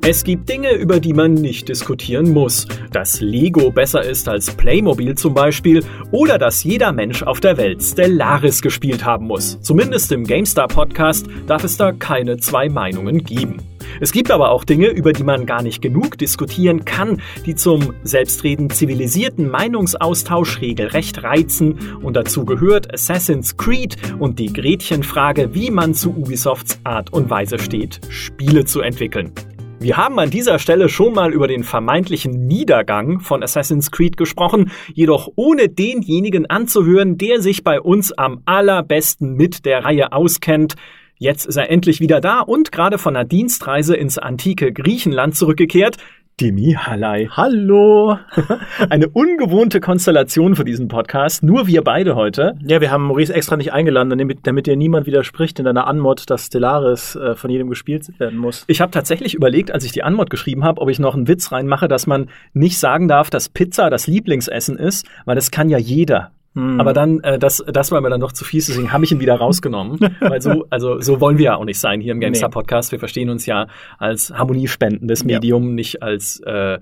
Es gibt Dinge, über die man nicht diskutieren muss. Dass Lego besser ist als Playmobil zum Beispiel oder dass jeder Mensch auf der Welt Stellaris gespielt haben muss. Zumindest im GameStar-Podcast darf es da keine zwei Meinungen geben. Es gibt aber auch Dinge, über die man gar nicht genug diskutieren kann, die zum selbstredend zivilisierten Meinungsaustausch regelrecht reizen. Und dazu gehört Assassin's Creed und die Gretchenfrage, wie man zu Ubisofts Art und Weise steht, Spiele zu entwickeln. Wir haben an dieser Stelle schon mal über den vermeintlichen Niedergang von Assassin's Creed gesprochen, jedoch ohne denjenigen anzuhören, der sich bei uns am allerbesten mit der Reihe auskennt. Jetzt ist er endlich wieder da und gerade von einer Dienstreise ins antike Griechenland zurückgekehrt. Dimi Hallei. Hallo. Eine ungewohnte Konstellation für diesen Podcast. Nur wir beide heute. Ja, wir haben Maurice extra nicht eingeladen, damit dir niemand widerspricht in deiner Anmod, dass Stellaris von jedem gespielt werden muss. Ich habe tatsächlich überlegt, als ich die Anmod geschrieben habe, ob ich noch einen Witz reinmache, dass man nicht sagen darf, dass Pizza das Lieblingsessen ist, weil das kann ja jeder. Aber dann, das war mir dann doch zu fies, deswegen habe ich ihn wieder rausgenommen. Weil so wollen wir ja auch nicht sein hier im GameStar-Podcast. Wir verstehen uns ja als harmoniespendendes Medium, nicht als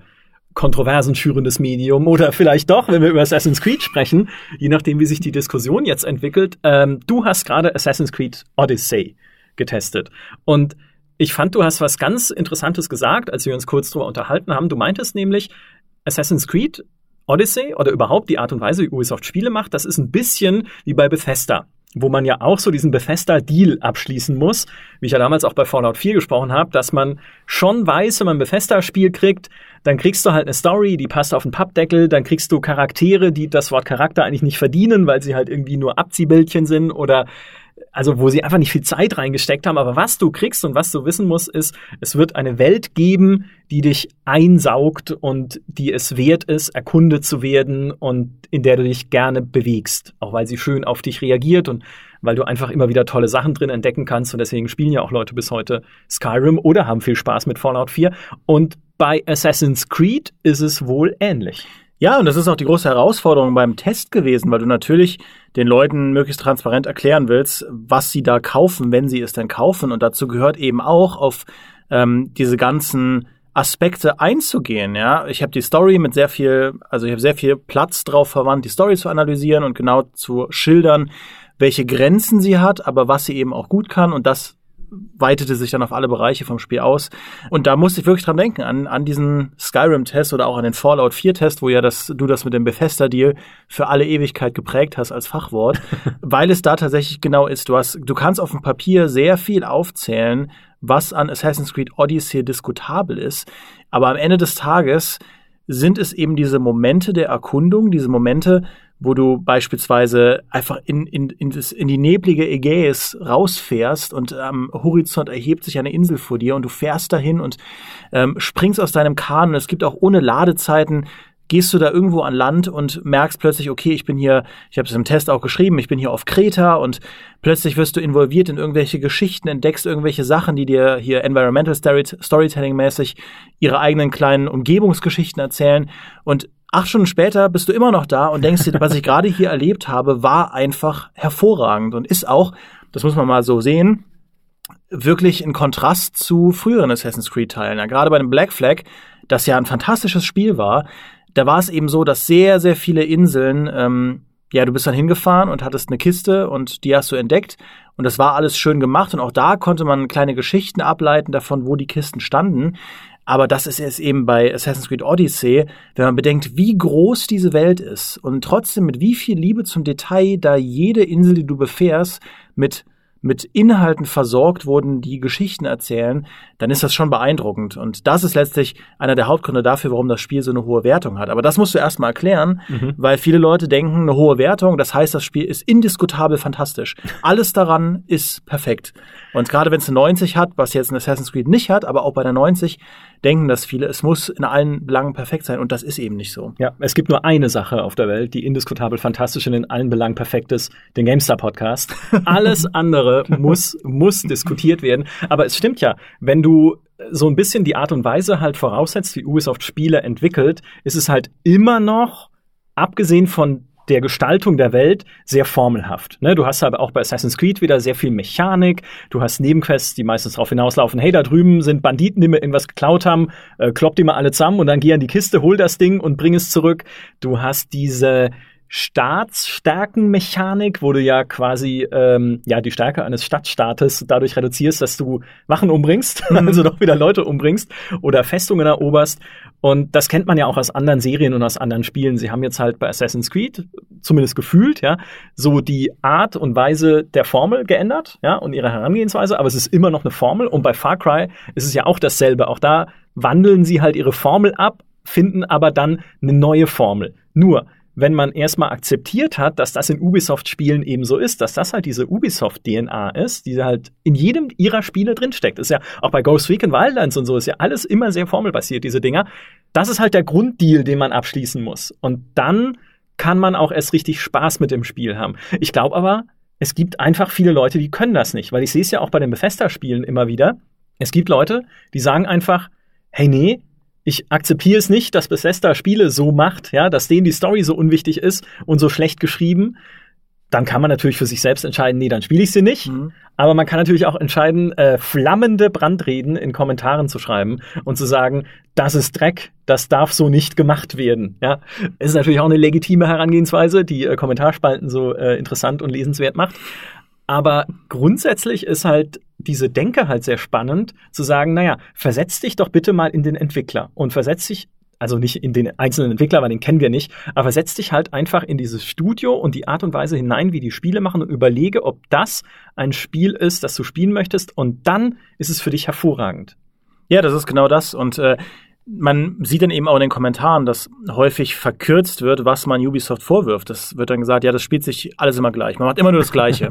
kontroversenschürendes Medium. Oder vielleicht doch, wenn wir über Assassin's Creed sprechen, je nachdem, wie sich die Diskussion jetzt entwickelt. Du hast gerade Assassin's Creed Odyssey getestet. Und ich fand, du hast was ganz Interessantes gesagt, als wir uns kurz drüber unterhalten haben. Du meintest nämlich, Assassin's Creed Odyssey oder überhaupt die Art und Weise, wie Ubisoft Spiele macht, das ist ein bisschen wie bei Bethesda, wo man ja auch so diesen Bethesda-Deal abschließen muss, wie ich ja damals auch bei Fallout 4 gesprochen habe, dass man schon weiß, wenn man ein Bethesda-Spiel kriegt, dann kriegst du halt eine Story, die passt auf den Pappdeckel, dann kriegst du Charaktere, die das Wort Charakter eigentlich nicht verdienen, weil sie halt irgendwie nur Abziehbildchen sind oder also wo sie einfach nicht viel Zeit reingesteckt haben. Aber was du kriegst und was du wissen musst, ist, es wird eine Welt geben, die dich einsaugt und die es wert ist, erkundet zu werden und in der du dich gerne bewegst. Auch weil sie schön auf dich reagiert und weil du einfach immer wieder tolle Sachen drin entdecken kannst. Und deswegen spielen ja auch Leute bis heute Skyrim oder haben viel Spaß mit Fallout 4. Und bei Assassin's Creed ist es wohl ähnlich. Ja, und das ist auch die große Herausforderung beim Test gewesen, weil du natürlich den Leuten möglichst transparent erklären willst, was sie da kaufen, wenn sie es denn kaufen. Und dazu gehört eben auch, auf diese ganzen Aspekte einzugehen. Ja, ich habe die Story mit sehr viel Platz drauf verwandt, die Story zu analysieren und genau zu schildern, welche Grenzen sie hat, aber was sie eben auch gut kann. Und das weitete sich dann auf alle Bereiche vom Spiel aus. Und da musste ich wirklich dran denken, an diesen Skyrim-Test oder auch an den Fallout 4-Test, wo ja du das mit dem Bethesda-Deal für alle Ewigkeit geprägt hast als Fachwort, weil es da tatsächlich genau ist. Du kannst auf dem Papier sehr viel aufzählen, was an Assassin's Creed Odyssey diskutabel ist, aber am Ende des Tages sind es eben diese Momente der Erkundung, diese Momente, wo du beispielsweise einfach in die neblige Ägäis rausfährst und am Horizont erhebt sich eine Insel vor dir und du fährst dahin und springst aus deinem Kahn und es gibt auch ohne Ladezeiten, gehst du da irgendwo an Land und merkst plötzlich, okay, ich bin hier, ich habe es im Test auch geschrieben, ich bin hier auf Kreta und plötzlich wirst du involviert in irgendwelche Geschichten, entdeckst irgendwelche Sachen, die dir hier Environmental Storytelling-mäßig ihre eigenen kleinen Umgebungsgeschichten erzählen und 8 Stunden später bist du immer noch da und denkst dir, was ich gerade hier erlebt habe, war einfach hervorragend und ist auch, das muss man mal so sehen, wirklich ein Kontrast zu früheren Assassin's Creed-Teilen. Ja, gerade bei dem Black Flag, das ja ein fantastisches Spiel war, da war es eben so, dass sehr, sehr viele Inseln, du bist dann hingefahren und hattest eine Kiste und die hast du entdeckt und das war alles schön gemacht und auch da konnte man kleine Geschichten ableiten davon, wo die Kisten standen. Aber das ist es eben bei Assassin's Creed Odyssey, wenn man bedenkt, wie groß diese Welt ist und trotzdem mit wie viel Liebe zum Detail da jede Insel, die du befährst, mit Inhalten versorgt wurden, die Geschichten erzählen, dann ist das schon beeindruckend. Und das ist letztlich einer der Hauptgründe dafür, warum das Spiel so eine hohe Wertung hat. Aber das musst du erst mal erklären, weil viele Leute denken, eine hohe Wertung, das heißt, das Spiel ist indiskutabel fantastisch. Alles daran ist perfekt. Und gerade wenn es eine 90 hat, was jetzt ein Assassin's Creed nicht hat, aber auch bei der 90, denken das viele, es muss in allen Belangen perfekt sein. Und das ist eben nicht so. Ja, es gibt nur eine Sache auf der Welt, die indiskutabel fantastisch und in allen Belangen perfekt ist, den GameStar-Podcast. Alles andere muss diskutiert werden. Aber es stimmt ja, wenn du so ein bisschen die Art und Weise halt voraussetzt, wie Ubisoft Spiele entwickelt, ist es halt immer noch, abgesehen von der Gestaltung der Welt sehr formelhaft. Ne? Du hast aber auch bei Assassin's Creed wieder sehr viel Mechanik. Du hast Nebenquests, die meistens darauf hinauslaufen, hey, da drüben sind Banditen, die mir irgendwas geklaut haben, klopp die mal alle zusammen und dann geh an die Kiste, hol das Ding und bring es zurück. Du hast diese Staatsstärkenmechanik, wo du ja quasi die Stärke eines Stadtstaates dadurch reduzierst, dass du Wachen umbringst, also doch wieder Leute umbringst oder Festungen eroberst. Und das kennt man ja auch aus anderen Serien und aus anderen Spielen. Sie haben jetzt halt bei Assassin's Creed, zumindest gefühlt, ja, so die Art und Weise der Formel geändert, ja, und ihre Herangehensweise, aber es ist immer noch eine Formel. Und bei Far Cry ist es ja auch dasselbe. Auch da wandeln sie halt ihre Formel ab, finden aber dann eine neue Formel. Nur, wenn man erstmal akzeptiert hat, dass das in Ubisoft-Spielen eben so ist, dass das halt diese Ubisoft-DNA ist, die halt in jedem ihrer Spiele drinsteckt. Ist ja auch bei Ghost Recon Wildlands und so, ist ja alles immer sehr formelbasiert, diese Dinger. Das ist halt der Grunddeal, den man abschließen muss. Und dann kann man auch erst richtig Spaß mit dem Spiel haben. Ich glaube aber, es gibt einfach viele Leute, die können das nicht, weil ich sehe es ja auch bei den Bethesda-Spielen immer wieder. Es gibt Leute, die sagen einfach, hey, nee, ich akzeptiere es nicht, dass Bethesda Spiele so macht, ja, dass denen die Story so unwichtig ist und so schlecht geschrieben. Dann kann man natürlich für sich selbst entscheiden, nee, dann spiele ich sie nicht. Aber man kann natürlich auch entscheiden, flammende Brandreden in Kommentaren zu schreiben und zu sagen, das ist Dreck, das darf so nicht gemacht werden. Ja, es ist natürlich auch eine legitime Herangehensweise, die Kommentarspalten so interessant und lesenswert macht. Aber grundsätzlich ist halt diese Denke halt sehr spannend, zu sagen, naja, versetz dich doch bitte mal in den Entwickler und versetz dich, also nicht in den einzelnen Entwickler, weil den kennen wir nicht, aber versetz dich halt einfach in dieses Studio und die Art und Weise hinein, wie die Spiele machen und überlege, ob das ein Spiel ist, das du spielen möchtest und dann ist es für dich hervorragend. Ja, das ist genau das und man sieht dann eben auch in den Kommentaren, dass häufig verkürzt wird, was man Ubisoft vorwirft. Das wird dann gesagt, ja, das spielt sich alles immer gleich. Man macht immer nur das Gleiche.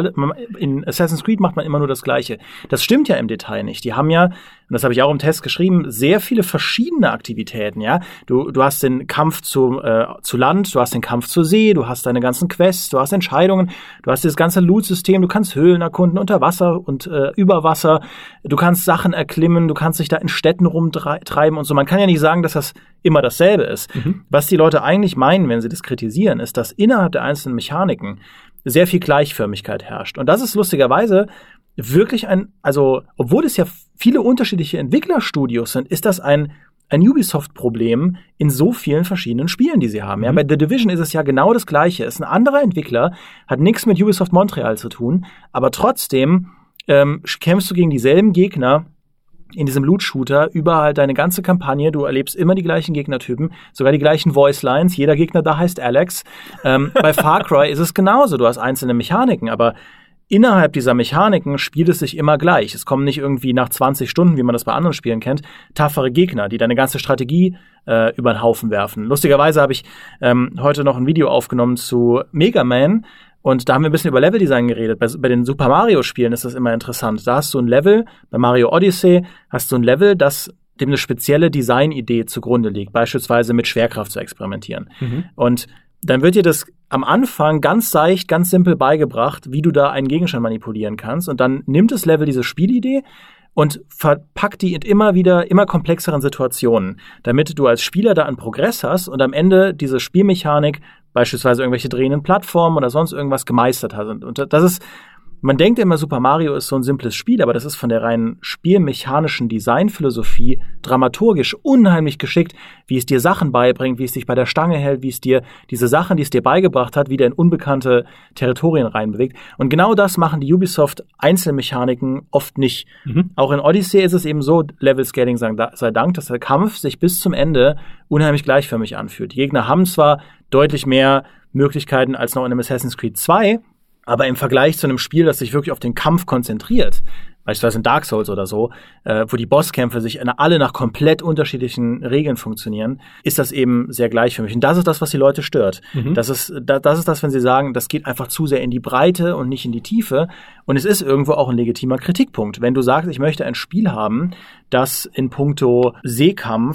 In Assassin's Creed macht man immer nur das Gleiche. Das stimmt ja im Detail nicht. Die haben ja, und das habe ich auch im Test geschrieben, sehr viele verschiedene Aktivitäten, ja. Du hast den Kampf zu Land, du hast den Kampf zur See, du hast deine ganzen Quests, du hast Entscheidungen, du hast das ganze Loot-System, du kannst Höhlen erkunden unter Wasser und über Wasser, du kannst Sachen erklimmen, du kannst dich da in Städten rumtreiben und so. Man kann ja nicht sagen, dass das immer dasselbe ist. Was die Leute eigentlich meinen, wenn sie das kritisieren, ist, dass innerhalb der einzelnen Mechaniken sehr viel Gleichförmigkeit herrscht. Und das ist lustigerweise wirklich obwohl es ja viele unterschiedliche Entwicklerstudios sind, ist das ein Ubisoft-Problem in so vielen verschiedenen Spielen, die sie haben. Ja, bei The Division ist es ja genau das Gleiche. Es ist ein anderer Entwickler, hat nichts mit Ubisoft Montreal zu tun, aber trotzdem kämpfst du gegen dieselben Gegner in diesem Loot-Shooter über halt deine ganze Kampagne. Du erlebst immer die gleichen Gegnertypen, sogar die gleichen Voice-Lines. Jeder Gegner da heißt Alex. Bei Far Cry ist es genauso. Du hast einzelne Mechaniken, aber innerhalb dieser Mechaniken spielt es sich immer gleich. Es kommen nicht irgendwie nach 20 Stunden, wie man das bei anderen Spielen kennt, taffere Gegner, die deine ganze Strategie über den Haufen werfen. Lustigerweise habe ich heute noch ein Video aufgenommen zu Mega Man. Und da haben wir ein bisschen über Leveldesign geredet. Bei den Super Mario-Spielen ist das immer interessant. Da hast du ein Level, bei Mario Odyssey hast du ein Level, dem eine spezielle Designidee zugrunde liegt. Beispielsweise mit Schwerkraft zu experimentieren. Und dann wird dir das am Anfang ganz seicht, ganz simpel beigebracht, wie du da einen Gegenstand manipulieren kannst. Und dann nimmt das Level diese Spielidee und verpackt die in immer komplexeren Situationen, damit du als Spieler da einen Progress hast und am Ende diese Spielmechanik, beispielsweise irgendwelche drehenden Plattformen oder sonst irgendwas gemeistert hast. Und das ist, man denkt immer, Super Mario ist so ein simples Spiel, aber das ist von der rein spielmechanischen Designphilosophie dramaturgisch unheimlich geschickt, wie es dir Sachen beibringt, wie es dich bei der Stange hält, wie es dir diese Sachen, die es dir beigebracht hat, wieder in unbekannte Territorien reinbewegt. Und genau das machen die Ubisoft-Einzelmechaniken oft nicht. Auch in Odyssey ist es eben so, Level-Scaling sei Dank, dass der Kampf sich bis zum Ende unheimlich gleichförmig anfühlt. Die Gegner haben zwar deutlich mehr Möglichkeiten als noch in einem Assassin's Creed 2, aber im Vergleich zu einem Spiel, das sich wirklich auf den Kampf konzentriert, beispielsweise in Dark Souls oder so, wo die Bosskämpfe sich alle nach komplett unterschiedlichen Regeln funktionieren, ist das eben sehr gleichförmig. Und das ist das, was die Leute stört. Das ist das, wenn sie sagen, das geht einfach zu sehr in die Breite und nicht in die Tiefe. Und es ist irgendwo auch ein legitimer Kritikpunkt. Wenn du sagst, ich möchte ein Spiel haben, das in puncto Seekampf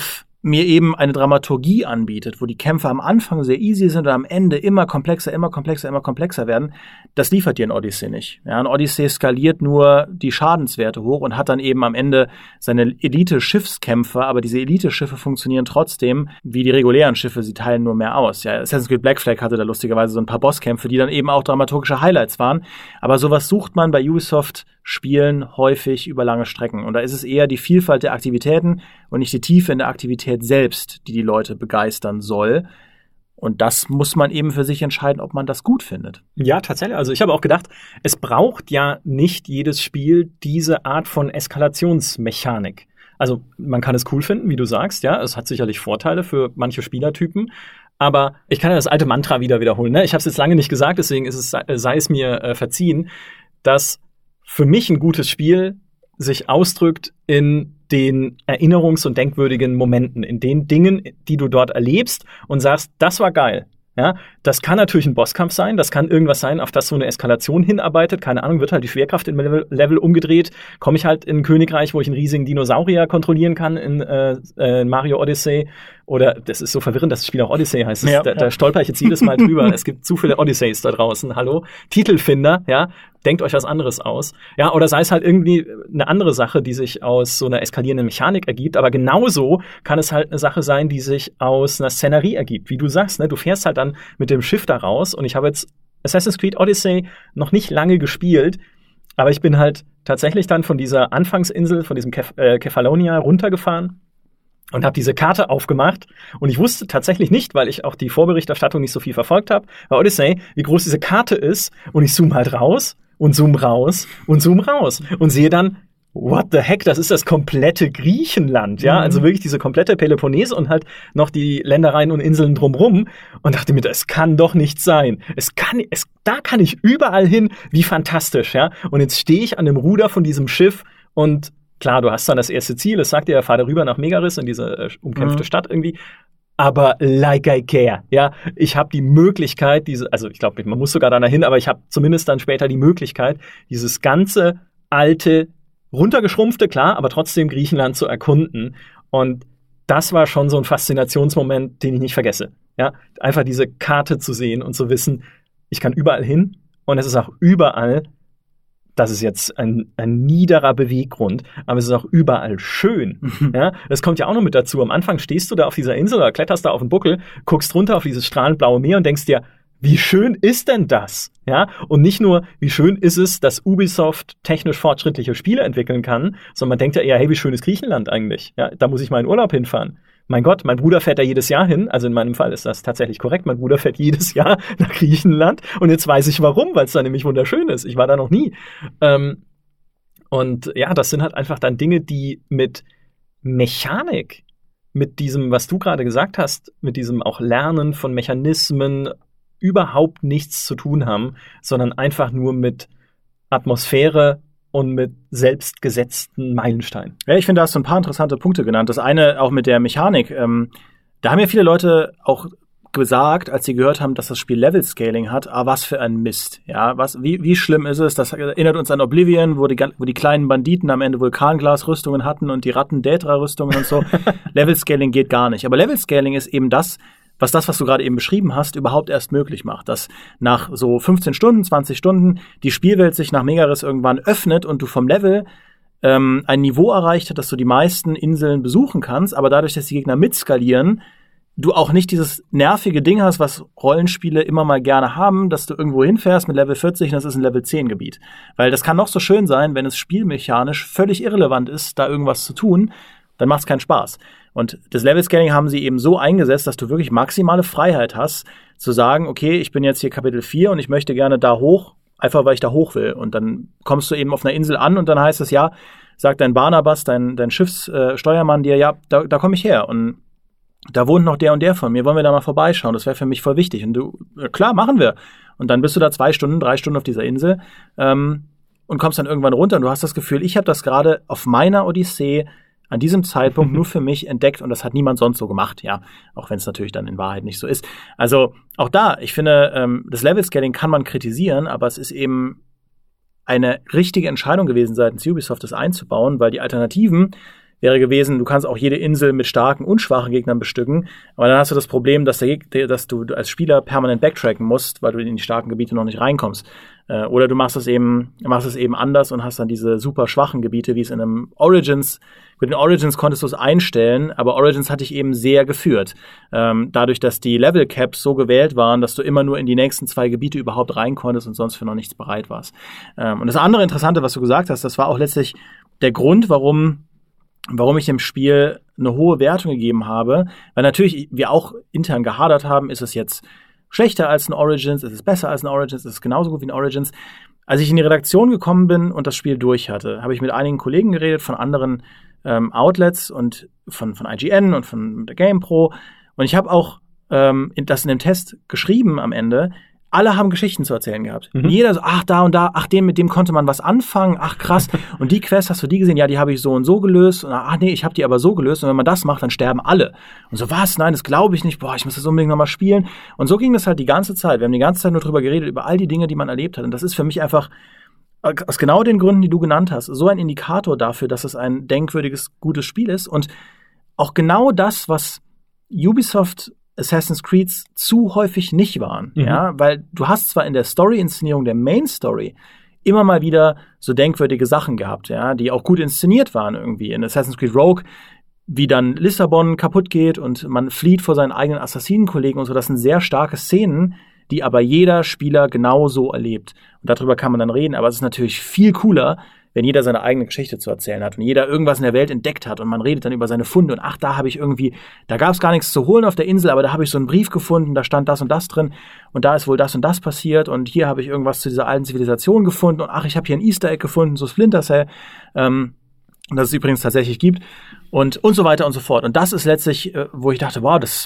mir eben eine Dramaturgie anbietet, wo die Kämpfe am Anfang sehr easy sind und am Ende immer komplexer werden, das liefert dir ein Odyssey nicht. Ja, ein Odyssey skaliert nur die Schadenswerte hoch und hat dann eben am Ende seine Elite-Schiffskämpfe, aber diese Elite-Schiffe funktionieren trotzdem wie die regulären Schiffe, sie teilen nur mehr aus. Ja, Assassin's Creed Black Flag hatte da lustigerweise so ein paar Bosskämpfe, die dann eben auch dramaturgische Highlights waren, aber sowas sucht man bei Ubisoft-Spielen häufig über lange Strecken und da ist es eher die Vielfalt der Aktivitäten und nicht die Tiefe in der Aktivität selbst, die Leute begeistern soll. Und das muss man eben für sich entscheiden, ob man das gut findet. Ja, tatsächlich. Also ich habe auch gedacht, es braucht ja nicht jedes Spiel diese Art von Eskalationsmechanik. Also man kann es cool finden, wie du sagst, ja, es hat sicherlich Vorteile für manche Spielertypen. Aber ich kann ja das alte Mantra wieder wiederholen. Ne? Ich habe es jetzt lange nicht gesagt, deswegen sei es mir verziehen, dass für mich ein gutes Spiel sich ausdrückt in den erinnerungs- und denkwürdigen Momenten, in den Dingen, die du dort erlebst und sagst, das war geil. Ja, das kann natürlich ein Bosskampf sein, das kann irgendwas sein, auf das so eine Eskalation hinarbeitet. Keine Ahnung, wird halt die Schwerkraft im Level umgedreht. Komme ich halt in ein Königreich, wo ich einen riesigen Dinosaurier kontrollieren kann in Mario Odyssey. Oder, das ist so verwirrend, dass das Spiel auch Odyssey heißt. Da stolper ich jetzt jedes Mal drüber. Es gibt zu viele Odysseys da draußen. Hallo? Titelfinder, ja? Denkt euch was anderes aus. Ja, oder sei es halt irgendwie eine andere Sache, die sich aus so einer eskalierenden Mechanik ergibt. Aber genauso kann es halt eine Sache sein, die sich aus einer Szenerie ergibt. Wie du sagst, ne? Du fährst halt dann mit dem Schiff da raus. Und ich habe jetzt Assassin's Creed Odyssey noch nicht lange gespielt. Aber ich bin halt tatsächlich dann von dieser Anfangsinsel, von diesem Kefalonia runtergefahren und habe diese Karte aufgemacht. Und ich wusste tatsächlich nicht, weil ich auch die Vorberichterstattung nicht so viel verfolgt habe, bei Odyssey, wie groß diese Karte ist. Und ich zoome halt raus und zoome raus und zoome raus und sehe dann, what the heck, das ist das komplette Griechenland, ja, also wirklich diese komplette Peloponnes und halt noch die Ländereien und Inseln drumrum und dachte mir, das kann doch nicht sein. Da kann ich überall hin, wie fantastisch, ja. Und jetzt stehe ich an dem Ruder von diesem Schiff und klar, du hast dann das erste Ziel, es sagt dir, fahr da rüber nach Megaris in diese umkämpfte Stadt irgendwie. Aber like I care, ja, ich habe die Möglichkeit, also ich glaube, man muss sogar da hin, aber ich habe zumindest dann später die Möglichkeit, dieses ganze alte, runtergeschrumpfte, klar, aber trotzdem Griechenland zu erkunden. Und das war schon so ein Faszinationsmoment, den ich nicht vergesse. Ja, einfach diese Karte zu sehen und zu wissen, ich kann überall hin und es ist auch überall, das ist jetzt ein niederer Beweggrund, aber es ist auch überall schön. Ja, das kommt ja auch noch mit dazu. Am Anfang stehst du da auf dieser Insel oder kletterst da auf den Buckel, guckst runter auf dieses strahlend blaue Meer und denkst dir, wie schön ist denn das? Ja, und nicht nur, wie schön ist es, dass Ubisoft technisch fortschrittliche Spiele entwickeln kann, sondern man denkt ja eher, hey, wie schön ist Griechenland eigentlich? Ja, da muss ich mal in Urlaub hinfahren. Mein Gott, mein Bruder fährt da jedes Jahr hin. Also in meinem Fall ist das tatsächlich korrekt. Mein Bruder fährt jedes Jahr nach Griechenland. Und jetzt weiß ich warum, weil es da nämlich wunderschön ist. Ich war da noch nie. Und ja, das sind halt einfach dann Dinge, die mit Mechanik, mit diesem, was du gerade gesagt hast, mit diesem auch Lernen von Mechanismen überhaupt nichts zu tun haben, sondern einfach nur mit Atmosphäre und mit selbstgesetzten Meilensteinen. Ja, ich finde, da hast du ein paar interessante Punkte genannt. Das eine auch mit der Mechanik. Da haben ja viele Leute auch gesagt, als sie gehört haben, dass das Spiel Level-Scaling hat, was für ein Mist. Ja, wie schlimm ist es? Das erinnert uns an Oblivion, wo die kleinen Banditen am Ende Vulkanglas-Rüstungen hatten und die Ratten Daedra-Rüstungen und so. Level-Scaling geht gar nicht. Aber Level-Scaling ist eben das, was du gerade eben beschrieben hast, überhaupt erst möglich macht. Dass nach so 15 Stunden, 20 Stunden die Spielwelt sich nach Megaris irgendwann öffnet und du vom Level ein Niveau erreicht hast, dass du die meisten Inseln besuchen kannst, aber dadurch, dass die Gegner mitskalieren, du auch nicht dieses nervige Ding hast, was Rollenspiele immer mal gerne haben, dass du irgendwo hinfährst mit Level 40 und das ist ein Level 10 Gebiet. Weil das kann noch so schön sein, wenn es spielmechanisch völlig irrelevant ist, da irgendwas zu tun, dann macht es keinen Spaß. Und das Level-Scaling haben sie eben so eingesetzt, dass du wirklich maximale Freiheit hast, zu sagen, okay, ich bin jetzt hier Kapitel 4 und ich möchte gerne da hoch, einfach weil ich da hoch will. Und dann kommst du eben auf einer Insel an und dann heißt es, ja, sagt dein Barnabas, dein Schiffssteuermann dir, ja, da komme ich her. Und da wohnt noch der und der von mir, wollen wir da mal vorbeischauen? Das wäre für mich voll wichtig. Und du, klar, machen wir. Und dann bist du da 2 Stunden, 3 Stunden auf dieser Insel und kommst dann irgendwann runter und du hast das Gefühl, ich habe das gerade auf meiner Odyssee an diesem Zeitpunkt nur für mich entdeckt und das hat niemand sonst so gemacht, ja, auch wenn es natürlich dann in Wahrheit nicht so ist. Also auch da, ich finde, das Level-Scaling kann man kritisieren, aber es ist eben eine richtige Entscheidung gewesen seitens Ubisoft, das einzubauen, weil die Alternativen wäre gewesen, du kannst auch jede Insel mit starken und schwachen Gegnern bestücken, aber dann hast du das Problem, dass du als Spieler permanent backtracken musst, weil du in die starken Gebiete noch nicht reinkommst. Oder du machst es eben anders und hast dann diese super schwachen Gebiete, wie es in einem Origins. Mit den Origins konntest du es einstellen, aber Origins hat dich eben sehr geführt. Dadurch, dass die Level Caps so gewählt waren, dass du immer nur in die nächsten 2 Gebiete überhaupt rein konntest und sonst für noch nichts bereit warst. Und das andere Interessante, was du gesagt hast, das war auch letztlich der Grund, warum ich dem Spiel eine hohe Wertung gegeben habe, weil natürlich wir auch intern gehadert haben, ist es jetzt schlechter als ein Origins, ist es besser als ein Origins, ist es genauso gut wie ein Origins. Als ich in die Redaktion gekommen bin und das Spiel durch hatte, habe ich mit einigen Kollegen geredet von anderen Outlets und von IGN und von der GamePro und ich habe auch das in dem Test geschrieben am Ende. Alle haben Geschichten zu erzählen gehabt. Jeder so, ach, da und da, ach, mit dem konnte man was anfangen, ach, krass. Und die Quest, hast du die gesehen? Ja, die habe ich so und so gelöst. Und, ach, nee, ich habe die aber so gelöst. Und wenn man das macht, dann sterben alle. Und so, was? Nein, das glaube ich nicht. Boah, ich muss das unbedingt nochmal spielen. Und so ging das halt die ganze Zeit. Wir haben die ganze Zeit nur drüber geredet, über all die Dinge, die man erlebt hat. Und das ist für mich einfach, aus genau den Gründen, die du genannt hast, so ein Indikator dafür, dass es ein denkwürdiges, gutes Spiel ist. Und auch genau das, was Ubisoft Assassin's Creed zu häufig nicht waren, ja, weil du hast zwar in der Story-Inszenierung der Main-Story immer mal wieder so denkwürdige Sachen gehabt, ja, die auch gut inszeniert waren irgendwie. In Assassin's Creed Rogue, wie dann Lissabon kaputt geht und man flieht vor seinen eigenen Assassinenkollegen und so, das sind sehr starke Szenen, die aber jeder Spieler genauso erlebt. Und darüber kann man dann reden, aber es ist natürlich viel cooler, wenn jeder seine eigene Geschichte zu erzählen hat und jeder irgendwas in der Welt entdeckt hat und man redet dann über seine Funde und ach, da gab es gar nichts zu holen auf der Insel, aber da habe ich so einen Brief gefunden, da stand das und das drin und da ist wohl das und das passiert und hier habe ich irgendwas zu dieser alten Zivilisation gefunden und ach, ich habe hier ein Easter Egg gefunden, so Splinter Cell, das es übrigens tatsächlich gibt und so weiter und so fort. Und das ist letztlich, wo ich dachte, wow, das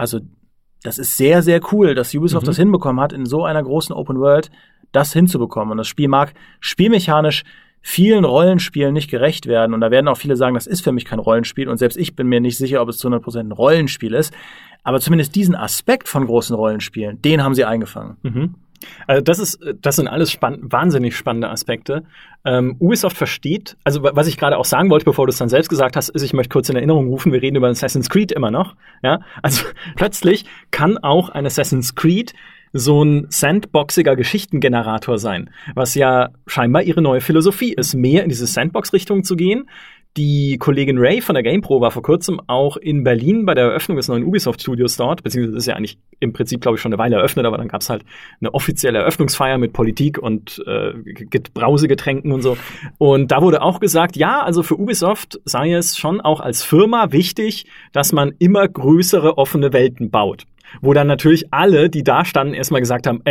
ist sehr, sehr cool, dass Ubisoft das hinbekommen hat, in so einer großen Open World das hinzubekommen. Und das Spiel mag spielmechanisch vielen Rollenspielen nicht gerecht werden. Und da werden auch viele sagen, das ist für mich kein Rollenspiel. Und selbst ich bin mir nicht sicher, ob es zu 100% ein Rollenspiel ist. Aber zumindest diesen Aspekt von großen Rollenspielen, den haben sie eingefangen. Also das sind alles wahnsinnig spannende Aspekte. Ubisoft versteht, also was ich gerade auch sagen wollte, bevor du es dann selbst gesagt hast, ist, ich möchte kurz in Erinnerung rufen, wir reden über Assassin's Creed immer noch. Ja, also plötzlich kann auch ein Assassin's Creed so ein sandboxiger Geschichtengenerator sein, was ja scheinbar ihre neue Philosophie ist, mehr in diese Sandbox-Richtung zu gehen. Die Kollegin Ray von der GamePro war vor kurzem auch in Berlin bei der Eröffnung des neuen Ubisoft-Studios dort, beziehungsweise ist ja eigentlich im Prinzip, glaube ich, schon eine Weile eröffnet, aber dann gab's halt eine offizielle Eröffnungsfeier mit Politik und Brausegetränken und so. Und da wurde auch gesagt, ja, also für Ubisoft sei es schon auch als Firma wichtig, dass man immer größere offene Welten baut. Wo dann natürlich alle, die da standen, erstmal gesagt haben,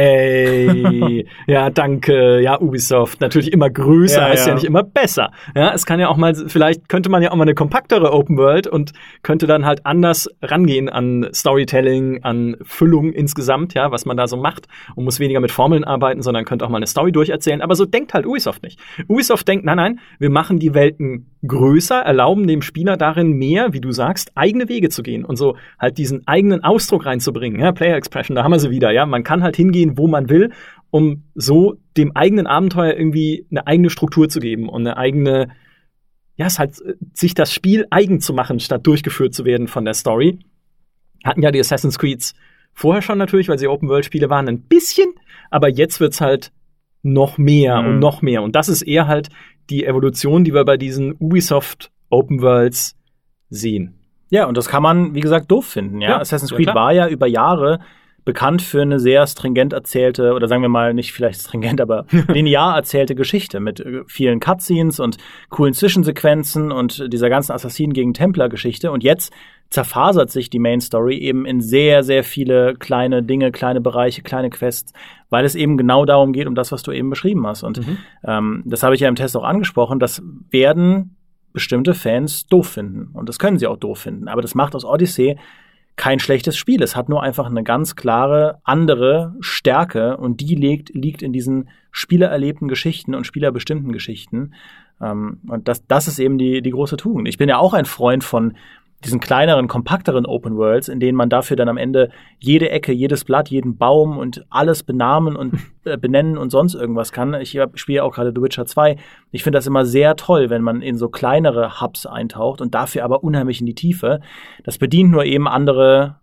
ey, ja, danke, ja, Ubisoft, natürlich immer größer, heißt ja nicht immer besser. Ja, es kann ja auch mal, vielleicht könnte man ja auch mal eine kompaktere Open World und könnte dann halt anders rangehen an Storytelling, an Füllung insgesamt, ja, was man da so macht und muss weniger mit Formeln arbeiten, sondern könnte auch mal eine Story durcherzählen. Aber so denkt halt Ubisoft nicht. Ubisoft denkt, nein, wir machen die Welten größer, erlauben dem Spieler darin mehr, wie du sagst, eigene Wege zu gehen und so halt diesen eigenen Ausdruck reinzubringen. Ja, Player Expression, da haben wir sie wieder, ja. Man kann halt hingehen, wo man will, um so dem eigenen Abenteuer irgendwie eine eigene Struktur zu geben und eine eigene, ja, es halt, sich das Spiel eigen zu machen, statt durchgeführt zu werden von der Story. Hatten ja die Assassin's Creeds vorher schon natürlich, weil sie Open-World-Spiele waren, ein bisschen, aber jetzt wird's halt noch mehr und noch mehr. Und das ist eher halt die Evolution, die wir bei diesen Ubisoft Open Worlds sehen. Ja, und das kann man, wie gesagt, doof finden. Ja? Assassin's Creed war ja über Jahre bekannt für eine sehr stringent erzählte, oder sagen wir mal nicht vielleicht stringent, aber linear erzählte Geschichte mit vielen Cutscenes und coolen Zwischensequenzen und dieser ganzen Assassinen gegen Templer-Geschichte. Und jetzt zerfasert sich die Main Story eben in sehr, sehr viele kleine Dinge, kleine Bereiche, kleine Quests, weil es eben genau darum geht, um das, was du eben beschrieben hast. Und das habe ich ja im Test auch angesprochen, das werden bestimmte Fans doof finden. Und das können sie auch doof finden. Aber das macht aus Odyssey kein schlechtes Spiel. Es hat nur einfach eine ganz klare andere Stärke und die liegt in diesen spielererlebten Geschichten und spielerbestimmten Geschichten. Und das ist eben die große Tugend. Ich bin ja auch ein Freund von diesen kleineren, kompakteren Open Worlds, in denen man dafür dann am Ende jede Ecke, jedes Blatt, jeden Baum und alles benamen und benennen und sonst irgendwas kann. Ich spiele auch gerade The Witcher 2. Ich finde das immer sehr toll, wenn man in so kleinere Hubs eintaucht und dafür aber unheimlich in die Tiefe. Das bedient nur eben andere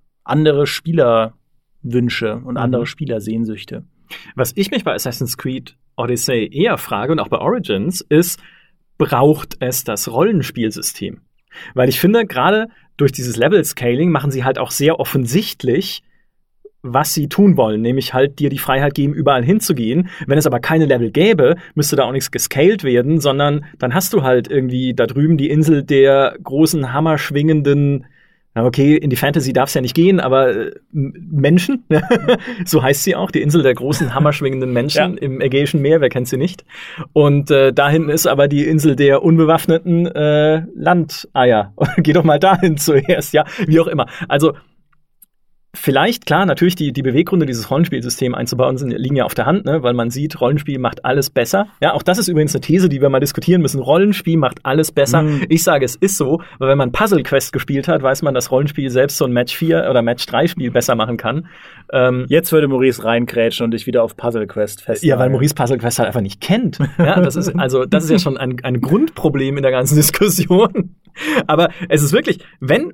Spielerwünsche und andere Spielersehnsüchte. Was ich mich bei Assassin's Creed Odyssey eher frage und auch bei Origins ist, braucht es das Rollenspielsystem? Weil ich finde, gerade durch dieses Level-Scaling machen sie halt auch sehr offensichtlich, was sie tun wollen, nämlich halt dir die Freiheit geben, überall hinzugehen. Wenn es aber keine Level gäbe, müsste da auch nichts gescaled werden, sondern dann hast du halt irgendwie da drüben die Insel der großen, hammerschwingenden, okay, in die Fantasy darf es ja nicht gehen, aber Menschen, so heißt sie auch, die Insel der großen, hammerschwingenden Menschen im Ägäischen Meer, wer kennt sie nicht? Und da hinten ist aber die Insel der unbewaffneten Landeier. Geh doch mal dahin zuerst, ja, wie auch immer. Also vielleicht, klar, natürlich die Beweggründe, dieses Rollenspielsystem einzubauen, liegen ja auf der Hand, ne? Weil man sieht, Rollenspiel macht alles besser. Ja, auch das ist übrigens eine These, die wir mal diskutieren müssen. Rollenspiel macht alles besser. Ich sage, es ist so, weil wenn man Puzzle Quest gespielt hat, weiß man, dass Rollenspiel selbst so ein Match 4 oder Match 3 Spiel besser machen kann. Jetzt würde Maurice reingrätschen und dich wieder auf Puzzle Quest festhalten. Ja, weil Maurice Puzzle Quest halt einfach nicht kennt. Ja, das ist ja schon ein Grundproblem in der ganzen Diskussion. Aber es ist wirklich, wenn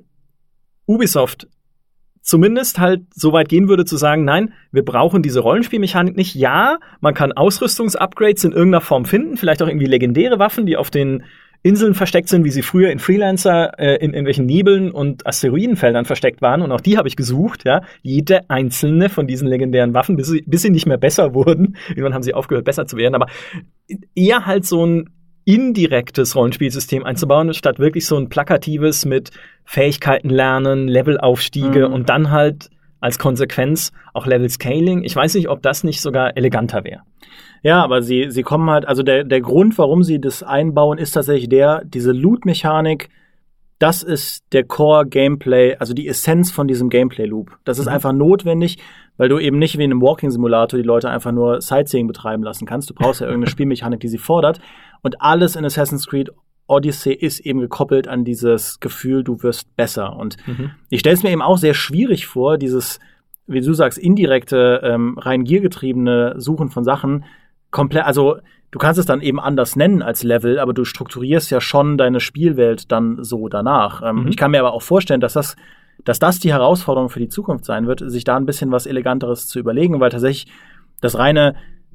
Ubisoft zumindest halt so weit gehen würde zu sagen, nein, wir brauchen diese Rollenspielmechanik nicht. Ja, man kann Ausrüstungsupgrades in irgendeiner Form finden, vielleicht auch irgendwie legendäre Waffen, die auf den Inseln versteckt sind, wie sie früher in Freelancer in irgendwelchen Nebeln und Asteroidenfeldern versteckt waren. Und auch die habe ich gesucht, ja. Jede einzelne von diesen legendären Waffen, bis sie nicht mehr besser wurden. Irgendwann haben sie aufgehört, besser zu werden. Aber eher halt so ein indirektes Rollenspielsystem einzubauen, statt wirklich so ein plakatives mit Fähigkeiten lernen, Levelaufstiege und dann halt als Konsequenz auch Level-Scaling. Ich weiß nicht, ob das nicht sogar eleganter wäre. Ja, aber sie kommen halt, also der Grund, warum sie das einbauen, ist tatsächlich diese Loot-Mechanik, das ist der Core-Gameplay, also die Essenz von diesem Gameplay-Loop. Das ist einfach notwendig, weil du eben nicht wie in einem Walking-Simulator die Leute einfach nur Sightseeing betreiben lassen kannst. Du brauchst ja irgendeine Spielmechanik, die sie fordert. Und alles in Assassin's Creed Odyssey ist eben gekoppelt an dieses Gefühl, du wirst besser. Und ich stelle es mir eben auch sehr schwierig vor, dieses, wie du sagst, indirekte, rein giergetriebene Suchen von Sachen komplett, also du kannst es dann eben anders nennen als Level, aber du strukturierst ja schon deine Spielwelt dann so danach. Ich kann mir aber auch vorstellen, dass das die Herausforderung für die Zukunft sein wird, sich da ein bisschen was Eleganteres zu überlegen, weil tatsächlich das reine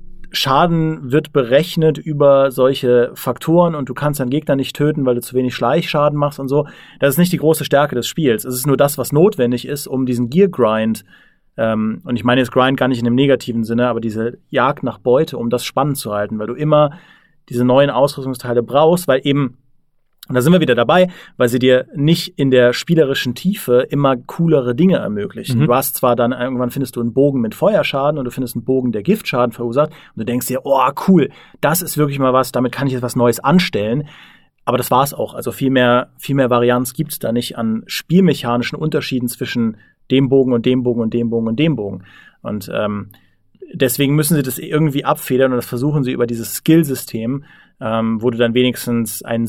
Schaden wird berechnet über solche Faktoren und du kannst deinen Gegner nicht töten, weil du zu wenig Schleichschaden machst und so. Das ist nicht die große Stärke des Spiels. Es ist nur das, was notwendig ist, um diesen Gear-Grind, und ich meine jetzt Grind gar nicht in dem negativen Sinne, aber diese Jagd nach Beute, um das spannend zu halten, weil du immer diese neuen Ausrüstungsteile brauchst, weil eben, und da sind wir wieder dabei, weil sie dir nicht in der spielerischen Tiefe immer coolere Dinge ermöglichen. Du hast zwar dann, irgendwann findest du einen Bogen mit Feuerschaden und du findest einen Bogen, der Giftschaden verursacht und du denkst dir, oh cool, das ist wirklich mal was, damit kann ich jetzt was Neues anstellen. Aber das war's auch. Also viel mehr Varianz gibt's da nicht an spielmechanischen Unterschieden zwischen dem Bogen und dem Bogen und dem Bogen und dem Bogen. Und deswegen müssen sie das irgendwie abfedern und das versuchen sie über dieses Skillsystem, wo du dann wenigstens einen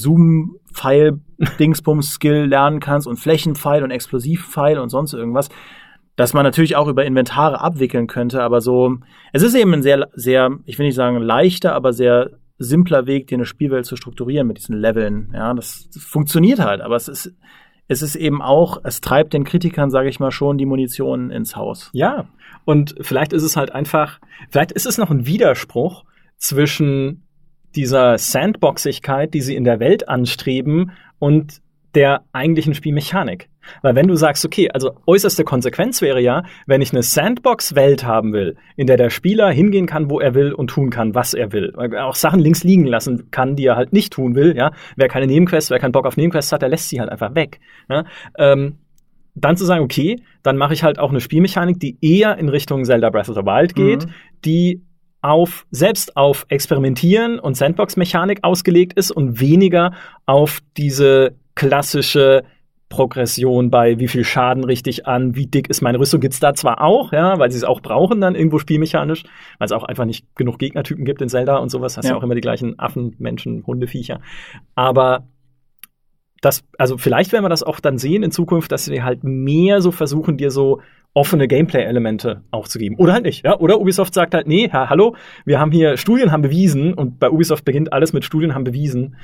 Zoom-Pfeil-Dingsbums-Skill lernen kannst und Flächenpfeil und Explosivpfeil und sonst irgendwas, dass man natürlich auch über Inventare abwickeln könnte, aber so, es ist eben ein sehr, sehr, ich will nicht sagen leichter, aber sehr simpler Weg, dir eine Spielwelt zu strukturieren mit diesen Leveln. Ja, das funktioniert halt, aber es ist eben auch, es treibt den Kritikern, sage ich mal, schon die Munition ins Haus. Ja, und vielleicht ist es halt einfach, vielleicht ist es noch ein Widerspruch zwischen dieser Sandboxigkeit, die sie in der Welt anstreben, und der eigentlichen Spielmechanik. Weil wenn du sagst, okay, also äußerste Konsequenz wäre ja, wenn ich eine Sandbox-Welt haben will, in der der Spieler hingehen kann, wo er will und tun kann, was er will. Weil er auch Sachen links liegen lassen kann, die er halt nicht tun will. Ja, wer keine Nebenquests, wer keinen Bock auf Nebenquests hat, der lässt sie halt einfach weg. Ja? Dann zu sagen, okay, dann mache ich halt auch eine Spielmechanik, die eher in Richtung Zelda Breath of the Wild geht, die selbst auf Experimentieren und Sandbox-Mechanik ausgelegt ist und weniger auf diese klassische Progression bei wie viel Schaden richte ich an, wie dick ist meine Rüstung, gibt's da zwar auch, ja, weil sie es auch brauchen dann irgendwo spielmechanisch, weil es auch einfach nicht genug Gegnertypen gibt in Zelda und sowas, hast ja auch immer die gleichen Affen, Menschen, Hunde, Viecher. Aber also vielleicht werden wir das auch dann sehen in Zukunft, dass wir halt mehr so versuchen, dir so offene Gameplay-Elemente auch zu geben. Oder halt nicht, ja. Oder Ubisoft sagt halt, nee, hallo, wir haben hier Studien haben bewiesen, und bei Ubisoft beginnt alles mit Studien haben bewiesen,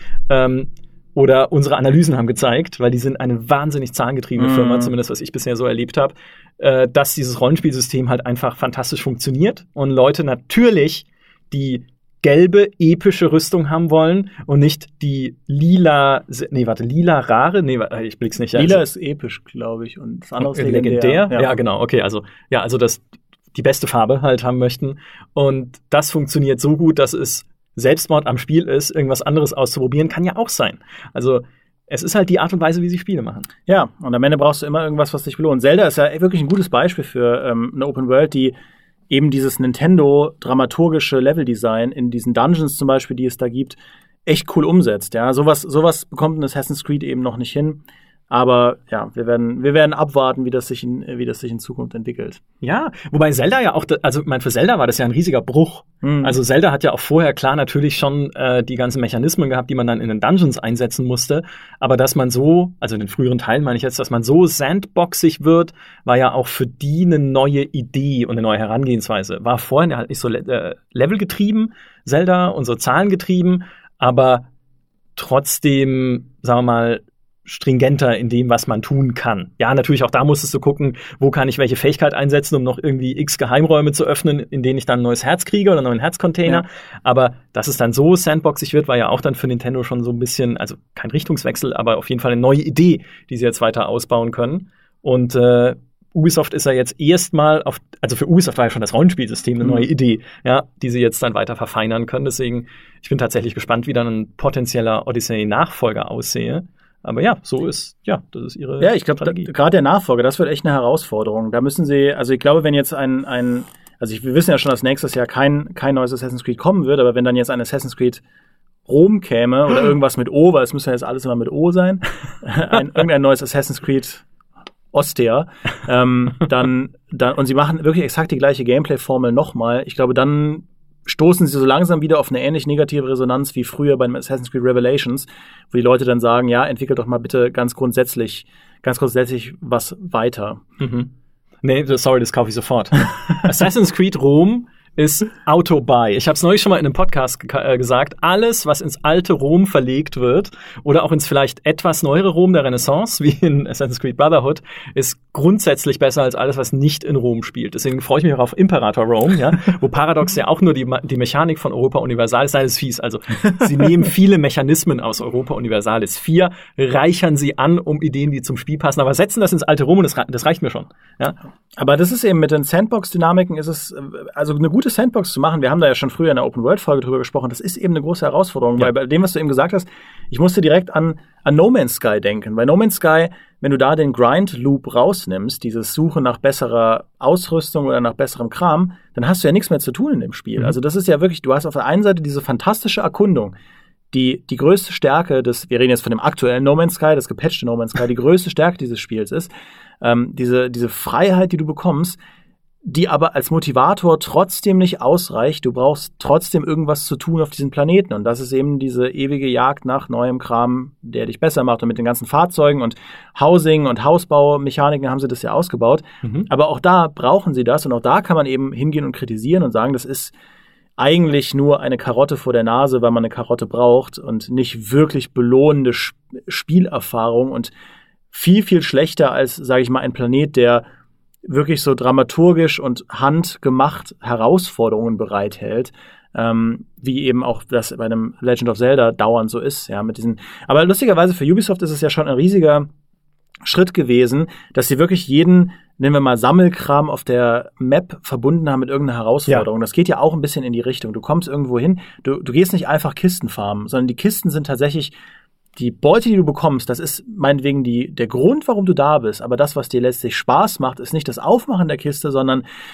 oder unsere Analysen haben gezeigt, weil die sind eine wahnsinnig zahlengetriebene Firma, zumindest was ich bisher so erlebt habe, dass dieses Rollenspielsystem halt einfach fantastisch funktioniert und Leute natürlich die gelbe, epische Rüstung haben wollen und nicht die lila rare? Nee, ich blick's nicht. Lila ist episch, glaube ich, und das andere ist legendär. Ja, genau, okay, also das die beste Farbe halt haben möchten. Und das funktioniert so gut, dass es Selbstmord am Spiel ist, irgendwas anderes auszuprobieren, kann ja auch sein. Also es ist halt die Art und Weise, wie sie Spiele machen. Ja, und am Ende brauchst du immer irgendwas, was dich belohnt. Zelda ist ja wirklich ein gutes Beispiel für eine Open World, die eben dieses Nintendo-dramaturgische Leveldesign in diesen Dungeons zum Beispiel, die es da gibt, echt cool umsetzt. Ja, sowas bekommt ein Assassin's Creed eben noch nicht hin. Aber ja, wir werden abwarten, wie das sich in Zukunft entwickelt. Ja, wobei Zelda ja auch, also für Zelda war das ja ein riesiger Bruch. Also Zelda hat ja auch vorher klar natürlich schon die ganzen Mechanismen gehabt, die man dann in den Dungeons einsetzen musste. Aber dass man so, also in den früheren Teilen meine ich jetzt, dass man so sandboxig wird, war ja auch für die eine neue Idee und eine neue Herangehensweise. War vorhin halt nicht so levelgetrieben, Zelda, und so zahlengetrieben, aber trotzdem, sagen wir mal, stringenter in dem, was man tun kann. Ja, natürlich auch da musstest du gucken, wo kann ich welche Fähigkeit einsetzen, um noch irgendwie x Geheimräume zu öffnen, in denen ich dann ein neues Herz kriege oder einen neuen Herzcontainer. Ja. Aber dass es dann so sandboxig wird, war ja auch dann für Nintendo schon so ein bisschen, also kein Richtungswechsel, aber auf jeden Fall eine neue Idee, die sie jetzt weiter ausbauen können. Und Ubisoft ist ja jetzt erstmal also für Ubisoft war ja schon das Rollenspielsystem eine neue Idee, ja, die sie jetzt dann weiter verfeinern können. Deswegen, ich bin tatsächlich gespannt, wie dann ein potenzieller Odyssey-Nachfolger aussehe. Aber ja, das ist ihre Ja, ich glaube, gerade der Nachfolger, das wird echt eine Herausforderung. Da müssen sie, also ich glaube, wenn jetzt wir wissen ja schon, dass nächstes Jahr kein neues Assassin's Creed kommen wird, aber wenn dann jetzt ein Assassin's Creed Rom käme oder irgendwas mit O, weil es müsste ja jetzt alles immer mit O sein, irgendein neues Assassin's Creed Ostia, dann und sie machen wirklich exakt die gleiche Gameplay-Formel nochmal, ich glaube, dann stoßen sie so langsam wieder auf eine ähnlich negative Resonanz wie früher bei Assassin's Creed Revelations, wo die Leute dann sagen, ja, entwickelt doch mal bitte ganz grundsätzlich was weiter. Nee, sorry, das kaufe ich sofort. Assassin's Creed Rom ist Auto-Buy. Ich habe es neulich schon mal in einem Podcast gesagt. Alles, was ins alte Rom verlegt wird oder auch ins vielleicht etwas neuere Rom der Renaissance, wie in Assassin's Creed Brotherhood, ist grundsätzlich besser als alles, was nicht in Rom spielt. Deswegen freue ich mich auch auf Imperator Rome, ja, wo Paradox ja auch nur die Mechanik von Europa Universalis, sei es fies. Also sie nehmen viele Mechanismen aus Europa Universalis 4, reichern sie an, um Ideen, die zum Spiel passen, aber setzen das ins alte Rom und das reicht mir schon. Ja? Aber das ist eben mit den Sandbox-Dynamiken ist es, also eine gute Sandbox zu machen, wir haben da ja schon früher in der Open-World-Folge drüber gesprochen, das ist eben eine große Herausforderung, weil bei dem, was du eben gesagt hast, ich musste direkt an No Man's Sky denken. Bei No Man's Sky, wenn du da den Grind-Loop rausnimmst, dieses Suche nach besserer Ausrüstung oder nach besserem Kram, dann hast du ja nichts mehr zu tun in dem Spiel. Also das ist ja wirklich, du hast auf der einen Seite diese fantastische Erkundung, die größte Stärke wir reden jetzt von dem aktuellen No Man's Sky, das gepatchte No Man's Sky, die größte Stärke dieses Spiels ist, diese Freiheit, die du bekommst, die aber als Motivator trotzdem nicht ausreicht. Du brauchst trotzdem irgendwas zu tun auf diesem Planeten. Und das ist eben diese ewige Jagd nach neuem Kram, der dich besser macht. Und mit den ganzen Fahrzeugen und Housing und Hausbaumechaniken haben sie das ja ausgebaut. Aber auch da brauchen sie das. Und auch da kann man eben hingehen und kritisieren und sagen, das ist eigentlich nur eine Karotte vor der Nase, weil man eine Karotte braucht und nicht wirklich belohnende Spielerfahrung und viel, viel schlechter als, sage ich mal, ein Planet, der wirklich so dramaturgisch und handgemacht Herausforderungen bereithält, wie eben auch das bei einem Legend of Zelda dauernd so ist, ja, mit diesen. Aber lustigerweise für Ubisoft ist es ja schon ein riesiger Schritt gewesen, dass sie wirklich jeden, nennen wir mal, Sammelkram auf der Map verbunden haben mit irgendeiner Herausforderung. Ja. Das geht ja auch ein bisschen in die Richtung. Du kommst irgendwo hin, du gehst nicht einfach Kisten farmen, sondern die Kisten sind tatsächlich die Beute, die du bekommst, das ist meinetwegen der Grund, warum du da bist. Aber das, was dir letztlich Spaß macht, ist nicht das Aufmachen der Kiste, sondern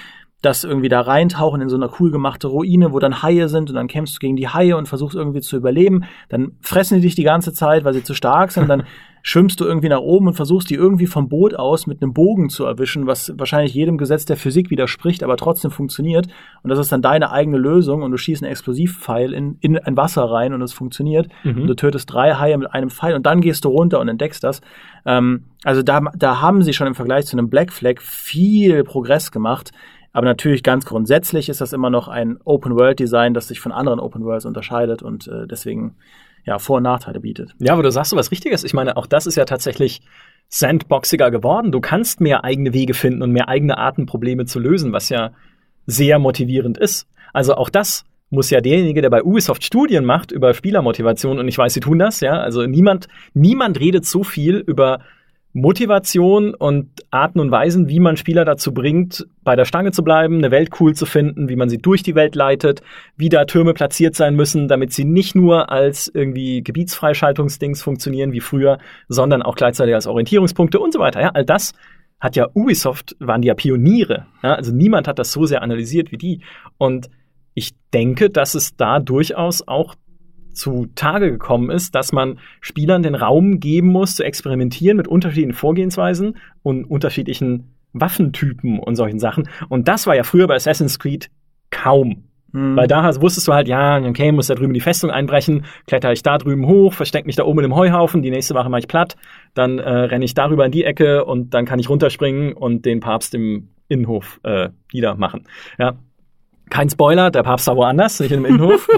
das irgendwie da reintauchen in so eine cool gemachte Ruine, wo dann Haie sind und dann kämpfst du gegen die Haie und versuchst irgendwie zu überleben. Dann fressen die dich die ganze Zeit, weil sie zu stark sind. Dann schwimmst du irgendwie nach oben und versuchst die irgendwie vom Boot aus mit einem Bogen zu erwischen, was wahrscheinlich jedem Gesetz der Physik widerspricht, aber trotzdem funktioniert. Und das ist dann deine eigene Lösung und du schießt einen Explosivpfeil in ein Wasser rein und es funktioniert. Und du tötest 3 Haie mit einem Pfeil und dann gehst du runter und entdeckst das. Also da haben sie schon im Vergleich zu einem Black Flag viel Progress gemacht. Aber natürlich ganz grundsätzlich ist das immer noch ein Open-World-Design, das sich von anderen Open-Worlds unterscheidet und deswegen Vor- und Nachteile bietet. Ja, aber du sagst so was Richtiges. Ich meine, auch das ist ja tatsächlich sandboxiger geworden. Du kannst mehr eigene Wege finden und mehr eigene Arten, Probleme zu lösen, was ja sehr motivierend ist. Also auch das muss ja derjenige, der bei Ubisoft Studien macht über Spielermotivation, und ich weiß, sie tun das, ja, also niemand redet so viel über Motivation und Arten und Weisen, wie man Spieler dazu bringt, bei der Stange zu bleiben, eine Welt cool zu finden, wie man sie durch die Welt leitet, wie da Türme platziert sein müssen, damit sie nicht nur als irgendwie Gebietsfreischaltungsdings funktionieren wie früher, sondern auch gleichzeitig als Orientierungspunkte und so weiter. Ja, all das hat ja Ubisoft, waren die ja Pioniere. Ja, also niemand hat das so sehr analysiert wie die. Und ich denke, dass es da durchaus auch zu Tage gekommen ist, dass man Spielern den Raum geben muss, zu experimentieren mit unterschiedlichen Vorgehensweisen und unterschiedlichen Waffentypen und solchen Sachen. Und das war ja früher bei Assassin's Creed kaum. Weil da wusstest du halt, ja, okay, muss da drüben die Festung einbrechen, kletter ich da drüben hoch, versteck mich da oben in dem Heuhaufen, die nächste Wache mache ich platt, dann renne ich darüber in die Ecke und dann kann ich runterspringen und den Papst im Innenhof niedermachen. Ja. Kein Spoiler, der Papst war woanders, nicht im Innenhof.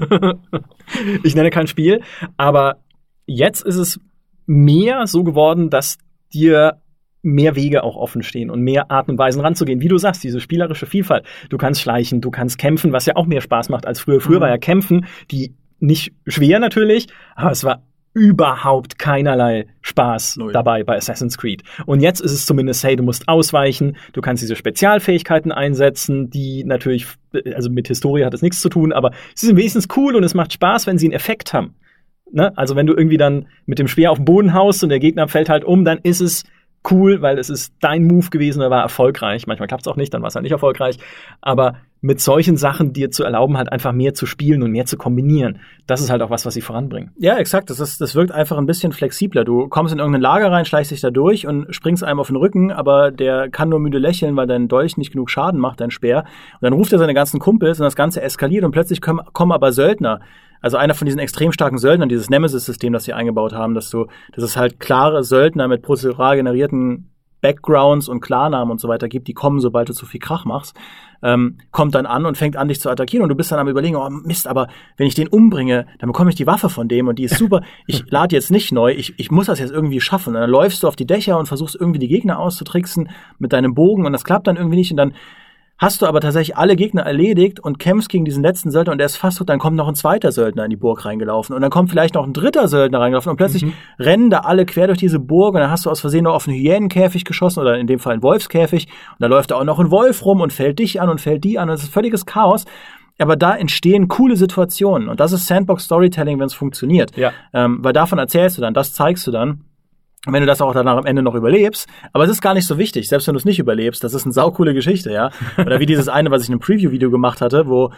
Ich nenne kein Spiel. Aber jetzt ist es mehr so geworden, dass dir mehr Wege auch offen stehen und mehr Arten und Weisen ranzugehen. Wie du sagst, diese spielerische Vielfalt. Du kannst schleichen, du kannst kämpfen, was ja auch mehr Spaß macht als früher. Früher war ja Kämpfen, die nicht schwer natürlich, aber es war überhaupt keinerlei Spaß dabei bei Assassin's Creed. Und jetzt ist es zumindest, hey, du musst ausweichen, du kannst diese Spezialfähigkeiten einsetzen, die natürlich, also mit Historie hat es nichts zu tun, aber sie sind wenigstens cool und es macht Spaß, wenn sie einen Effekt haben. Ne? Also wenn du irgendwie dann mit dem Speer auf den Boden haust und der Gegner fällt halt um, dann ist es cool, weil es ist dein Move gewesen, der war erfolgreich. Manchmal klappt es auch nicht, dann war es halt nicht erfolgreich. Aber mit solchen Sachen dir zu erlauben, halt einfach mehr zu spielen und mehr zu kombinieren, das ist halt auch was sie voranbringen. Ja, exakt. Das wirkt einfach ein bisschen flexibler. Du kommst in irgendein Lager rein, schleichst dich da durch und springst einem auf den Rücken, aber der kann nur müde lächeln, weil dein Dolch nicht genug Schaden macht, dein Speer. Und dann ruft er seine ganzen Kumpels und das Ganze eskaliert und plötzlich kommen aber Söldner. Also einer von diesen extrem starken Söldnern, dieses Nemesis-System, das sie eingebaut haben, dass es halt klare Söldner mit prozedural generierten Backgrounds und Klarnamen und so weiter gibt, die kommen, sobald du zu viel Krach machst, kommt dann an und fängt an, dich zu attackieren und du bist dann am Überlegen, oh Mist, aber wenn ich den umbringe, dann bekomme ich die Waffe von dem und die ist super, ich lade jetzt nicht neu, ich muss das jetzt irgendwie schaffen. Und dann läufst du auf die Dächer und versuchst irgendwie die Gegner auszutricksen mit deinem Bogen und das klappt dann irgendwie nicht und dann hast du aber tatsächlich alle Gegner erledigt und kämpfst gegen diesen letzten Söldner und der ist fast tot, dann kommt noch ein zweiter Söldner in die Burg reingelaufen und dann kommt vielleicht noch ein dritter Söldner reingelaufen und plötzlich rennen da alle quer durch diese Burg und dann hast du aus Versehen noch auf einen Hyänenkäfig geschossen oder in dem Fall einen Wolfskäfig und da läuft da auch noch ein Wolf rum und fällt dich an und fällt die an und es ist völliges Chaos. Aber da entstehen coole Situationen und das ist Sandbox-Storytelling, wenn es funktioniert. Ja. Weil davon erzählst du dann, das zeigst du dann. Und wenn du das auch danach am Ende noch überlebst, aber es ist gar nicht so wichtig, selbst wenn du es nicht überlebst, das ist eine saucoole Geschichte, ja. Oder wie dieses eine, was ich in einem Preview-Video gemacht hatte, wo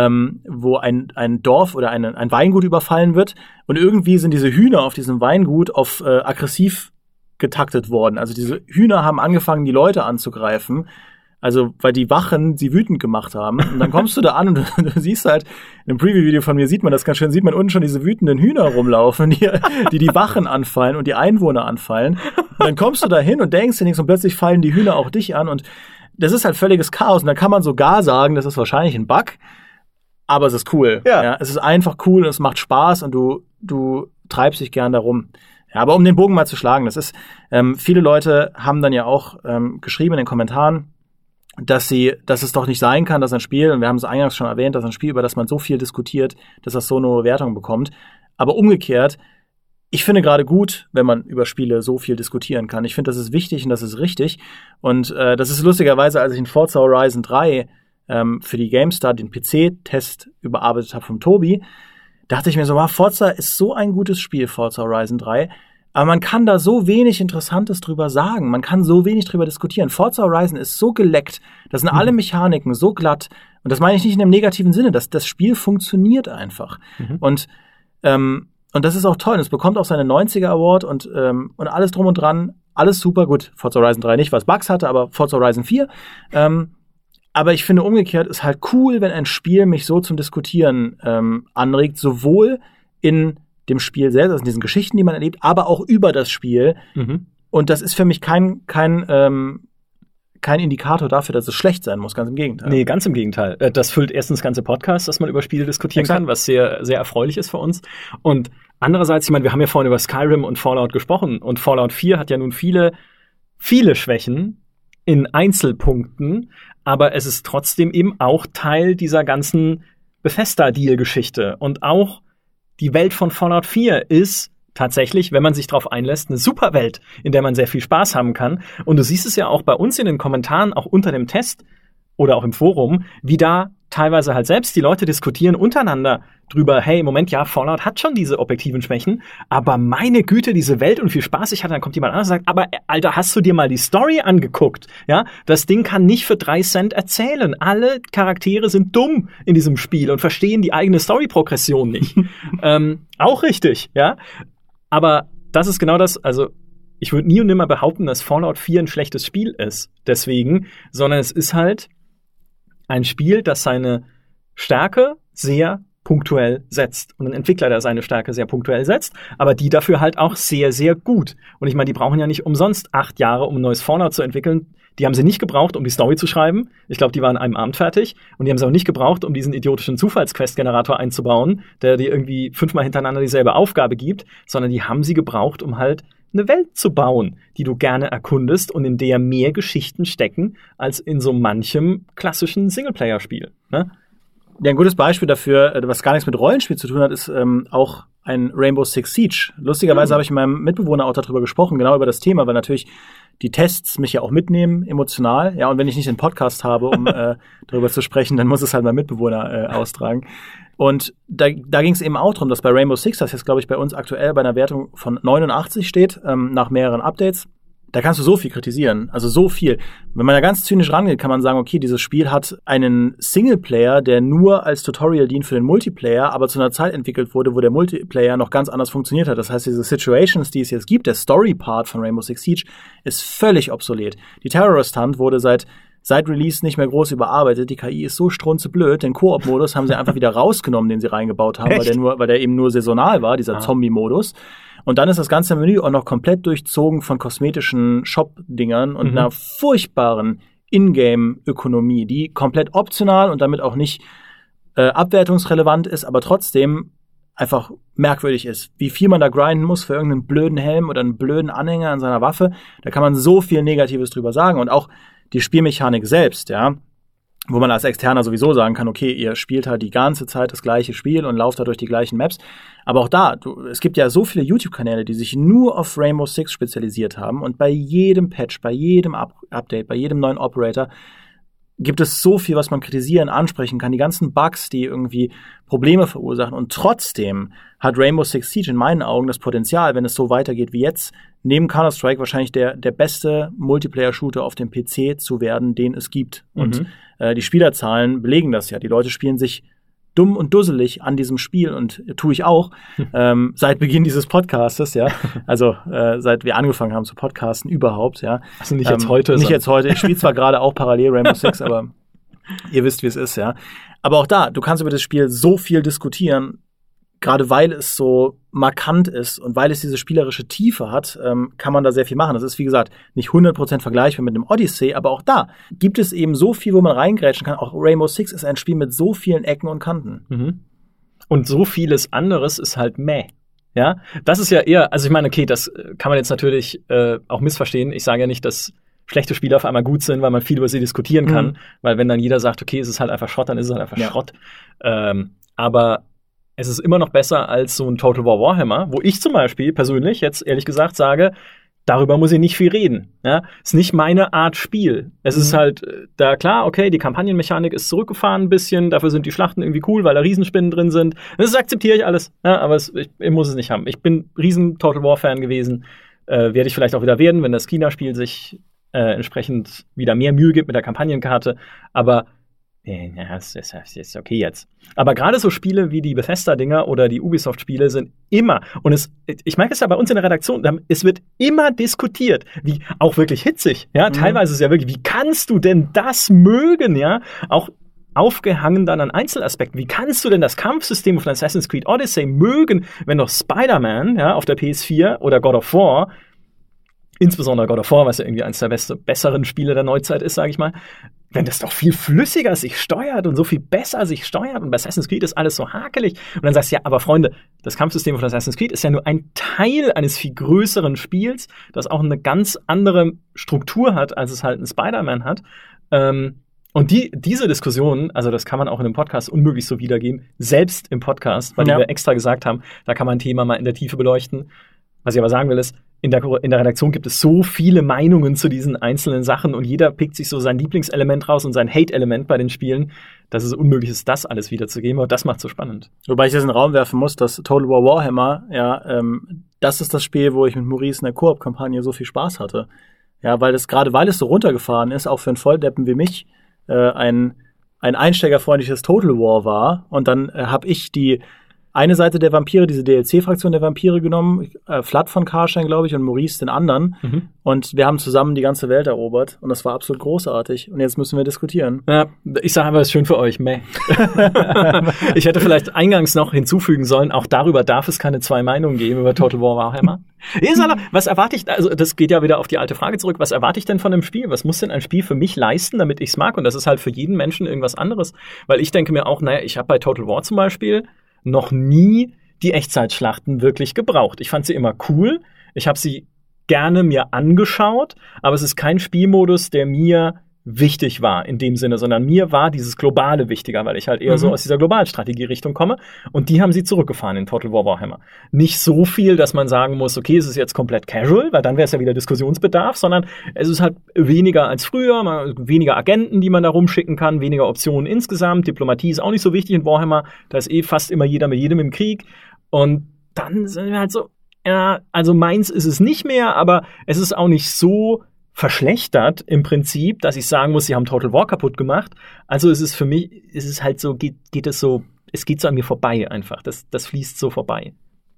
ein Dorf oder ein Weingut überfallen wird und irgendwie sind diese Hühner auf diesem Weingut auf aggressiv getaktet worden. Also diese Hühner haben angefangen, die Leute anzugreifen. Also, weil die Wachen sie wütend gemacht haben. Und dann kommst du da an und du siehst halt, in einem Preview-Video von mir sieht man das ganz schön, sieht man unten schon diese wütenden Hühner rumlaufen, die Wachen anfallen und die Einwohner anfallen. Und dann kommst du da hin und denkst dir nichts und plötzlich fallen die Hühner auch dich an und das ist halt völliges Chaos. Und dann kann man sogar sagen, das ist wahrscheinlich ein Bug, aber es ist cool. Ja, es ist einfach cool und es macht Spaß und du treibst dich gern darum. Ja, aber um den Bogen mal zu schlagen, das ist, viele Leute haben dann ja auch geschrieben in den Kommentaren, dass es doch nicht sein kann, dass ein Spiel, und wir haben es eingangs schon erwähnt, dass ein Spiel, über das man so viel diskutiert, dass das so eine Wertung bekommt. Aber umgekehrt, ich finde gerade gut, wenn man über Spiele so viel diskutieren kann. Ich finde, das ist wichtig und das ist richtig. Und das ist lustigerweise, als ich in Forza Horizon 3 für die GameStar den PC-Test überarbeitet habe vom Tobi, dachte ich mir so, Forza ist so ein gutes Spiel, Forza Horizon 3. Aber man kann da so wenig Interessantes drüber sagen. Man kann so wenig drüber diskutieren. Forza Horizon ist so geleckt. Das sind alle Mechaniken so glatt. Und das meine ich nicht in einem negativen Sinne. Das Spiel funktioniert einfach. Und das ist auch toll. Und es bekommt auch seine 90er Award und alles drum und dran. Alles super. Gut, Forza Horizon 3 nicht, was Bugs hatte, aber Forza Horizon 4. Aber ich finde umgekehrt ist halt cool, wenn ein Spiel mich so zum Diskutieren anregt. Sowohl in dem Spiel selbst, also in diesen Geschichten, die man erlebt, aber auch über das Spiel. Und das ist für mich kein Indikator dafür, dass es schlecht sein muss, ganz im Gegenteil. Nee, ganz im Gegenteil. Das füllt erstens ganze Podcasts, dass man über Spiele diskutieren kann, was sehr, sehr erfreulich ist für uns. Und andererseits, ich meine, wir haben ja vorhin über Skyrim und Fallout gesprochen und Fallout 4 hat ja nun viele, viele Schwächen in Einzelpunkten, aber es ist trotzdem eben auch Teil dieser ganzen Bethesda-Deal-Geschichte. Und auch die Welt von Fallout 4 ist tatsächlich, wenn man sich darauf einlässt, eine super Welt, in der man sehr viel Spaß haben kann. Und du siehst es ja auch bei uns in den Kommentaren, auch unter dem Test oder auch im Forum, wie da teilweise halt selbst die Leute diskutieren untereinander drüber, hey, Moment, ja, Fallout hat schon diese objektiven Schwächen, aber meine Güte, diese Welt und viel Spaß ich hatte, dann kommt jemand anderes und sagt, aber Alter, hast du dir mal die Story angeguckt? Ja, das Ding kann nicht für 3 Cent erzählen. Alle Charaktere sind dumm in diesem Spiel und verstehen die eigene Story-Progression nicht. Auch richtig, ja. Aber das ist genau das, also ich würde nie und nimmer behaupten, dass Fallout 4 ein schlechtes Spiel ist, deswegen, sondern es ist halt ein Spiel, das seine Stärke sehr punktuell setzt. Und ein Entwickler, der seine Stärke sehr punktuell setzt, aber die dafür halt auch sehr, sehr gut. Und ich meine, die brauchen ja nicht umsonst 8 Jahre, um ein neues Fallout zu entwickeln. Die haben sie nicht gebraucht, um die Story zu schreiben. Ich glaube, die waren in einem Abend fertig. Und die haben sie auch nicht gebraucht, um diesen idiotischen Zufallsquest-Generator einzubauen, der dir irgendwie 5-mal hintereinander dieselbe Aufgabe gibt, sondern die haben sie gebraucht, um halt eine Welt zu bauen, die du gerne erkundest und in der mehr Geschichten stecken als in so manchem klassischen Singleplayer-Spiel. Ne? Ja, ein gutes Beispiel dafür, was gar nichts mit Rollenspiel zu tun hat, ist auch ein Rainbow Six Siege. Lustigerweise habe ich mit meinem Mitbewohner auch darüber gesprochen, genau über das Thema, weil natürlich die Tests mich ja auch mitnehmen, emotional. Ja, und wenn ich nicht den Podcast habe, um darüber zu sprechen, dann muss es halt mein Mitbewohner austragen. Und da ging es eben auch darum, dass bei Rainbow Six, das jetzt, glaube ich, bei uns aktuell bei einer Wertung von 89 steht, nach mehreren Updates, da kannst du so viel kritisieren, also so viel. Wenn man da ganz zynisch rangeht, kann man sagen, okay, dieses Spiel hat einen Singleplayer, der nur als Tutorial dient für den Multiplayer, aber zu einer Zeit entwickelt wurde, wo der Multiplayer noch ganz anders funktioniert hat. Das heißt, diese Situations, die es jetzt gibt, der Story-Part von Rainbow Six Siege, ist völlig obsolet. Die Terrorist Hunt wurde seit Release nicht mehr groß überarbeitet. Die KI ist so strunzeblöd. Den Koop-Modus haben sie einfach wieder rausgenommen, den sie reingebaut haben, weil der eben nur saisonal war, dieser Zombie-Modus. Und dann ist das ganze Menü auch noch komplett durchzogen von kosmetischen Shop-Dingern und einer furchtbaren Ingame-Ökonomie, die komplett optional und damit auch nicht abwertungsrelevant ist, aber trotzdem einfach merkwürdig ist. Wie viel man da grinden muss für irgendeinen blöden Helm oder einen blöden Anhänger an seiner Waffe, da kann man so viel Negatives drüber sagen. Und auch die Spielmechanik selbst, ja, wo man als Externer sowieso sagen kann, okay, ihr spielt halt die ganze Zeit das gleiche Spiel und lauft da durch die gleichen Maps. Aber auch da, es gibt ja so viele YouTube-Kanäle, die sich nur auf Rainbow Six spezialisiert haben und bei jedem Patch, bei jedem Update, bei jedem neuen Operator gibt es so viel, was man kritisieren, ansprechen kann, die ganzen Bugs, die irgendwie Probleme verursachen. Und trotzdem hat Rainbow Six Siege in meinen Augen das Potenzial, wenn es so weitergeht wie jetzt, neben Counter-Strike wahrscheinlich der beste Multiplayer-Shooter auf dem PC zu werden, den es gibt. Und die Spielerzahlen belegen das ja. Die Leute spielen sich dumm und dusselig an diesem Spiel und tue ich auch seit Beginn dieses Podcastes, ja. Also seit wir angefangen haben zu podcasten überhaupt, ja. Also nicht jetzt heute. Nicht jetzt heute. Ich spiele zwar gerade auch parallel Rainbow Six, aber ihr wisst, wie es ist, ja. Aber auch da, du kannst über das Spiel so viel diskutieren, gerade weil es so markant ist und weil es diese spielerische Tiefe hat, kann man da sehr viel machen. Das ist, wie gesagt, nicht 100% vergleichbar mit dem Odyssey, aber auch da gibt es eben so viel, wo man reingrätschen kann. Auch Rainbow Six ist ein Spiel mit so vielen Ecken und Kanten. Und so vieles anderes ist halt meh. Ja, das ist ja eher, also ich meine, okay, das kann man jetzt natürlich auch missverstehen. Ich sage ja nicht, dass schlechte Spiele auf einmal gut sind, weil man viel über sie diskutieren kann. Weil wenn dann jeder sagt, okay, es ist halt einfach Schrott, dann ist es halt einfach Schrott. Aber es ist immer noch besser als so ein Total War Warhammer, wo ich zum Beispiel persönlich jetzt ehrlich gesagt sage, darüber muss ich nicht viel reden. Ja, ist nicht meine Art Spiel. Es ist halt da klar, okay, die Kampagnenmechanik ist zurückgefahren ein bisschen, dafür sind die Schlachten irgendwie cool, weil da Riesenspinnen drin sind. Das akzeptiere ich alles, ja, aber ich muss es nicht haben. Ich bin riesen Total War Fan gewesen, werde ich vielleicht auch wieder werden, wenn das China-Spiel sich entsprechend wieder mehr Mühe gibt mit der Kampagnenkarte, aber ja, ist okay jetzt. Aber gerade so Spiele wie die Bethesda-Dinger oder die Ubisoft-Spiele sind immer, und ich merke es ja bei uns in der Redaktion, es wird immer diskutiert, wie auch wirklich hitzig, ja, teilweise ist es ja wirklich, wie kannst du denn das mögen, ja, auch aufgehangen dann an Einzelaspekten. Wie kannst du denn das Kampfsystem von Assassin's Creed Odyssey mögen, wenn doch Spider-Man, ja, auf der PS4 oder God of War, insbesondere God of War, was ja irgendwie eines der besseren Spiele der Neuzeit ist, sage ich mal, wenn das doch viel flüssiger sich steuert und so viel besser sich steuert und bei Assassin's Creed ist alles so hakelig. Und dann sagst du, ja, aber Freunde, das Kampfsystem von Assassin's Creed ist ja nur ein Teil eines viel größeren Spiels, das auch eine ganz andere Struktur hat, als es halt ein Spider-Man hat. Und diese Diskussion, also das kann man auch in einem Podcast unmöglich so wiedergeben, selbst im Podcast, weil wir extra gesagt haben, da kann man ein Thema mal in der Tiefe beleuchten. Was ich aber sagen will, ist, in der Redaktion gibt es so viele Meinungen zu diesen einzelnen Sachen und jeder pickt sich so sein Lieblingselement raus und sein Hate-Element bei den Spielen, dass es unmöglich ist, das alles wiederzugeben. Und das macht so spannend. Wobei ich das in den Raum werfen muss, dass Total War Warhammer, das ist das Spiel, wo ich mit Maurice in der Koop-Kampagne so viel Spaß hatte. Ja, weil es so runtergefahren ist, auch für einen Volldeppen wie mich, ein einsteigerfreundliches Total War war. Und dann habe ich die eine Seite der Vampire, diese DLC-Fraktion der Vampire genommen, Vlad von Karstein, glaube ich, und Maurice den anderen. Und wir haben zusammen die ganze Welt erobert. Und das war absolut großartig. Und jetzt müssen wir diskutieren. Ja, ich sage aber, es ist schön für euch. Meh. Ich hätte vielleicht eingangs noch hinzufügen sollen, auch darüber darf es keine zwei Meinungen geben über Total War Warhammer. Was erwarte ich, also das geht ja wieder auf die alte Frage zurück, was erwarte ich denn von einem Spiel? Was muss denn ein Spiel für mich leisten, damit ich es mag? Und das ist halt für jeden Menschen irgendwas anderes. Weil ich denke mir auch, ich habe bei Total War zum Beispiel noch nie die Echtzeitschlachten wirklich gebraucht. Ich fand sie immer cool. Ich habe sie gerne mir angeschaut, aber es ist kein Spielmodus, der mir wichtig war in dem Sinne, sondern mir war dieses Globale wichtiger, weil ich halt eher so aus dieser Globalstrategie-Richtung komme. Und die haben sie zurückgefahren in Total War Warhammer. Nicht so viel, dass man sagen muss, okay, es ist jetzt komplett casual, weil dann wäre es ja wieder Diskussionsbedarf, sondern es ist halt weniger als früher, weniger Agenten, die man da rumschicken kann, weniger Optionen insgesamt. Diplomatie ist auch nicht so wichtig in Warhammer. Da ist fast immer jeder mit jedem im Krieg. Und dann sind wir halt so, ja, also meins ist es nicht mehr, aber es ist auch nicht so verschlechtert im Prinzip, dass ich sagen muss, sie haben Total War kaputt gemacht. Also es ist für mich, es ist halt so, geht es so, es geht so an mir vorbei einfach. Das fließt so vorbei.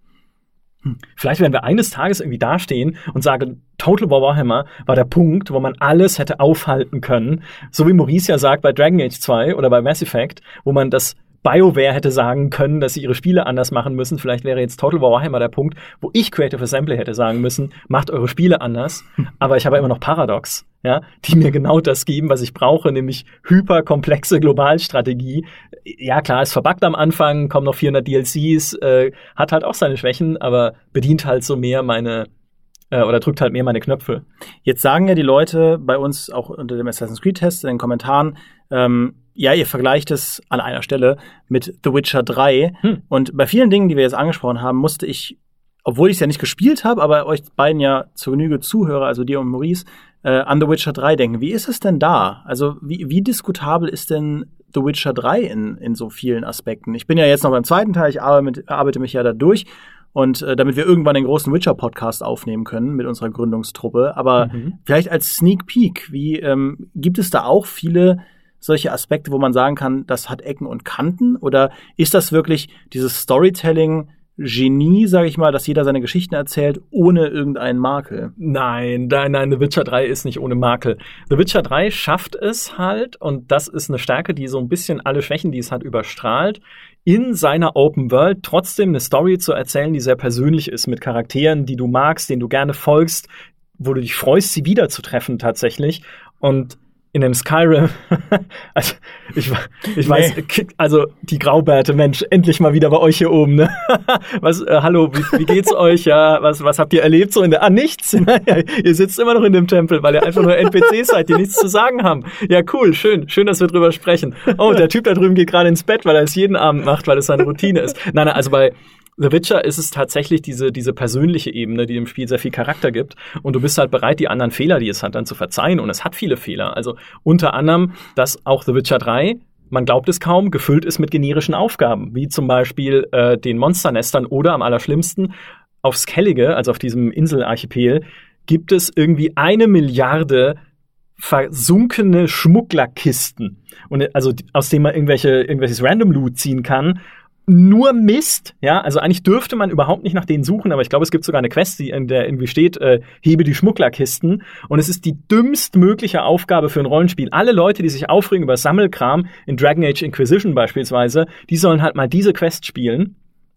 Vielleicht werden wir eines Tages irgendwie dastehen und sagen, Total War Warhammer war der Punkt, wo man alles hätte aufhalten können. So wie Maurice ja sagt bei Dragon Age 2 oder bei Mass Effect, wo man das BioWare hätte sagen können, dass sie ihre Spiele anders machen müssen. Vielleicht wäre jetzt Total War Warhammer der Punkt, wo ich Creative Assembly hätte sagen müssen, macht eure Spiele anders. Aber ich habe immer noch Paradox, ja, die mir genau das geben, was ich brauche, nämlich hyperkomplexe Globalstrategie. Ja, klar, ist verbuggt am Anfang, kommen noch 400 DLCs, hat halt auch seine Schwächen, aber bedient halt so mehr oder drückt halt mehr meine Knöpfe. Jetzt sagen ja die Leute bei uns auch unter dem Assassin's Creed-Test in den Kommentaren, ja, ihr vergleicht es an einer Stelle mit The Witcher 3. Und bei vielen Dingen, die wir jetzt angesprochen haben, musste ich, obwohl ich es ja nicht gespielt habe, aber euch beiden ja zur Genüge zuhöre, also dir und Maurice, an The Witcher 3 denken. Wie ist es denn da? Also wie diskutabel ist denn The Witcher 3 in so vielen Aspekten? Ich bin ja jetzt noch beim zweiten Teil, ich arbeite mich ja da durch. Und damit wir irgendwann den großen Witcher-Podcast aufnehmen können mit unserer Gründungstruppe. Aber vielleicht als Sneak Peek, gibt es da auch viele solche Aspekte, wo man sagen kann, das hat Ecken und Kanten? Oder ist das wirklich dieses Storytelling-Genie, sage ich mal, dass jeder seine Geschichten erzählt, ohne irgendeinen Makel? Nein, The Witcher 3 ist nicht ohne Makel. The Witcher 3 schafft es halt, und das ist eine Stärke, die so ein bisschen alle Schwächen, die es hat, überstrahlt, in seiner Open World trotzdem eine Story zu erzählen, die sehr persönlich ist, mit Charakteren, die du magst, denen du gerne folgst, wo du dich freust, sie wiederzutreffen tatsächlich. Und in dem Skyrim, also ich weiß, also die Graubärte, Mensch, endlich mal wieder bei euch hier oben, ne? Hallo, wie geht's euch? Ja, was habt ihr erlebt so nichts? Ihr sitzt immer noch in dem Tempel, weil ihr einfach nur NPCs seid, die nichts zu sagen haben. Ja, cool, schön, dass wir drüber sprechen. Oh, der Typ da drüben geht gerade ins Bett, weil er es jeden Abend macht, weil es seine Routine ist. Nein, also bei The Witcher ist es tatsächlich diese persönliche Ebene, die dem Spiel sehr viel Charakter gibt. Und du bist halt bereit, die anderen Fehler, die es hat, dann zu verzeihen. Und es hat viele Fehler. Also unter anderem, dass auch The Witcher 3, man glaubt es kaum, gefüllt ist mit generischen Aufgaben. Wie zum Beispiel den Monsternestern oder am allerschlimmsten auf Skellige, also auf diesem Inselarchipel, gibt es irgendwie 1 Milliarde versunkene Schmugglerkisten. Und also aus denen man irgendwelches Random Loot ziehen kann. Nur Mist, ja, also eigentlich dürfte man überhaupt nicht nach denen suchen, aber ich glaube, es gibt sogar eine Quest, in der irgendwie steht, hebe die Schmugglerkisten, und es ist die dümmstmögliche Aufgabe für ein Rollenspiel. Alle Leute, die sich aufregen über Sammelkram, in Dragon Age Inquisition beispielsweise, die sollen halt mal diese Quest spielen.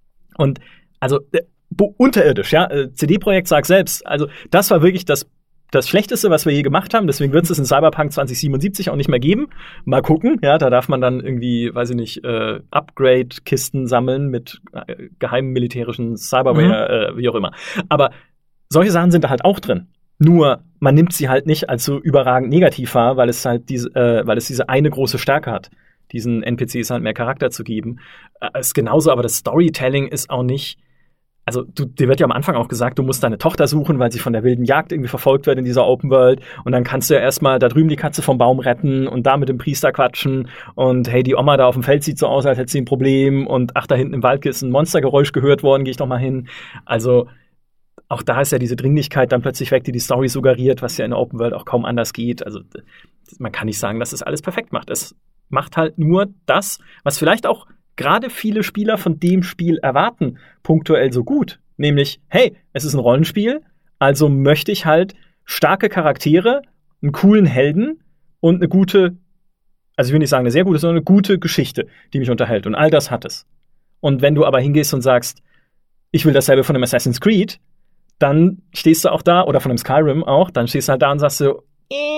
Und also unterirdisch, ja, CD Projekt sagt selbst, also das war wirklich das Schlechteste, was wir je gemacht haben. Deswegen wird es in Cyberpunk 2077 auch nicht mehr geben. Mal gucken. Ja, da darf man dann irgendwie, weiß ich nicht, Upgrade-Kisten sammeln mit geheimen militärischen Cyberware, wie auch immer. Aber solche Sachen sind da halt auch drin. Nur, man nimmt sie halt nicht als so überragend negativ wahr, weil es halt diese eine große Stärke hat, diesen NPCs halt mehr Charakter zu geben. Ist genauso, aber das Storytelling ist auch nicht. Also dir wird ja am Anfang auch gesagt, du musst deine Tochter suchen, weil sie von der wilden Jagd irgendwie verfolgt wird in dieser Open World. Und dann kannst du ja erstmal da drüben die Katze vom Baum retten und da mit dem Priester quatschen. Und hey, die Oma da auf dem Feld sieht so aus, als hätte sie ein Problem. Und ach, da hinten im Wald ist ein Monstergeräusch gehört worden, gehe ich doch mal hin. Also auch da ist ja diese Dringlichkeit dann plötzlich weg, die Story suggeriert, was ja in der Open World auch kaum anders geht. Also man kann nicht sagen, dass es alles perfekt macht. Es macht halt nur das, was vielleicht auch gerade viele Spieler von dem Spiel erwarten, punktuell so gut. Nämlich, hey, es ist ein Rollenspiel, also möchte ich halt starke Charaktere, einen coolen Helden und eine gute, also ich will nicht sagen eine sehr gute, sondern eine gute Geschichte, die mich unterhält. Und all das hat es. Und wenn du aber hingehst und sagst, ich will dasselbe von einem Assassin's Creed, dann stehst du auch da, oder von einem Skyrim auch, dann stehst du halt da und sagst so,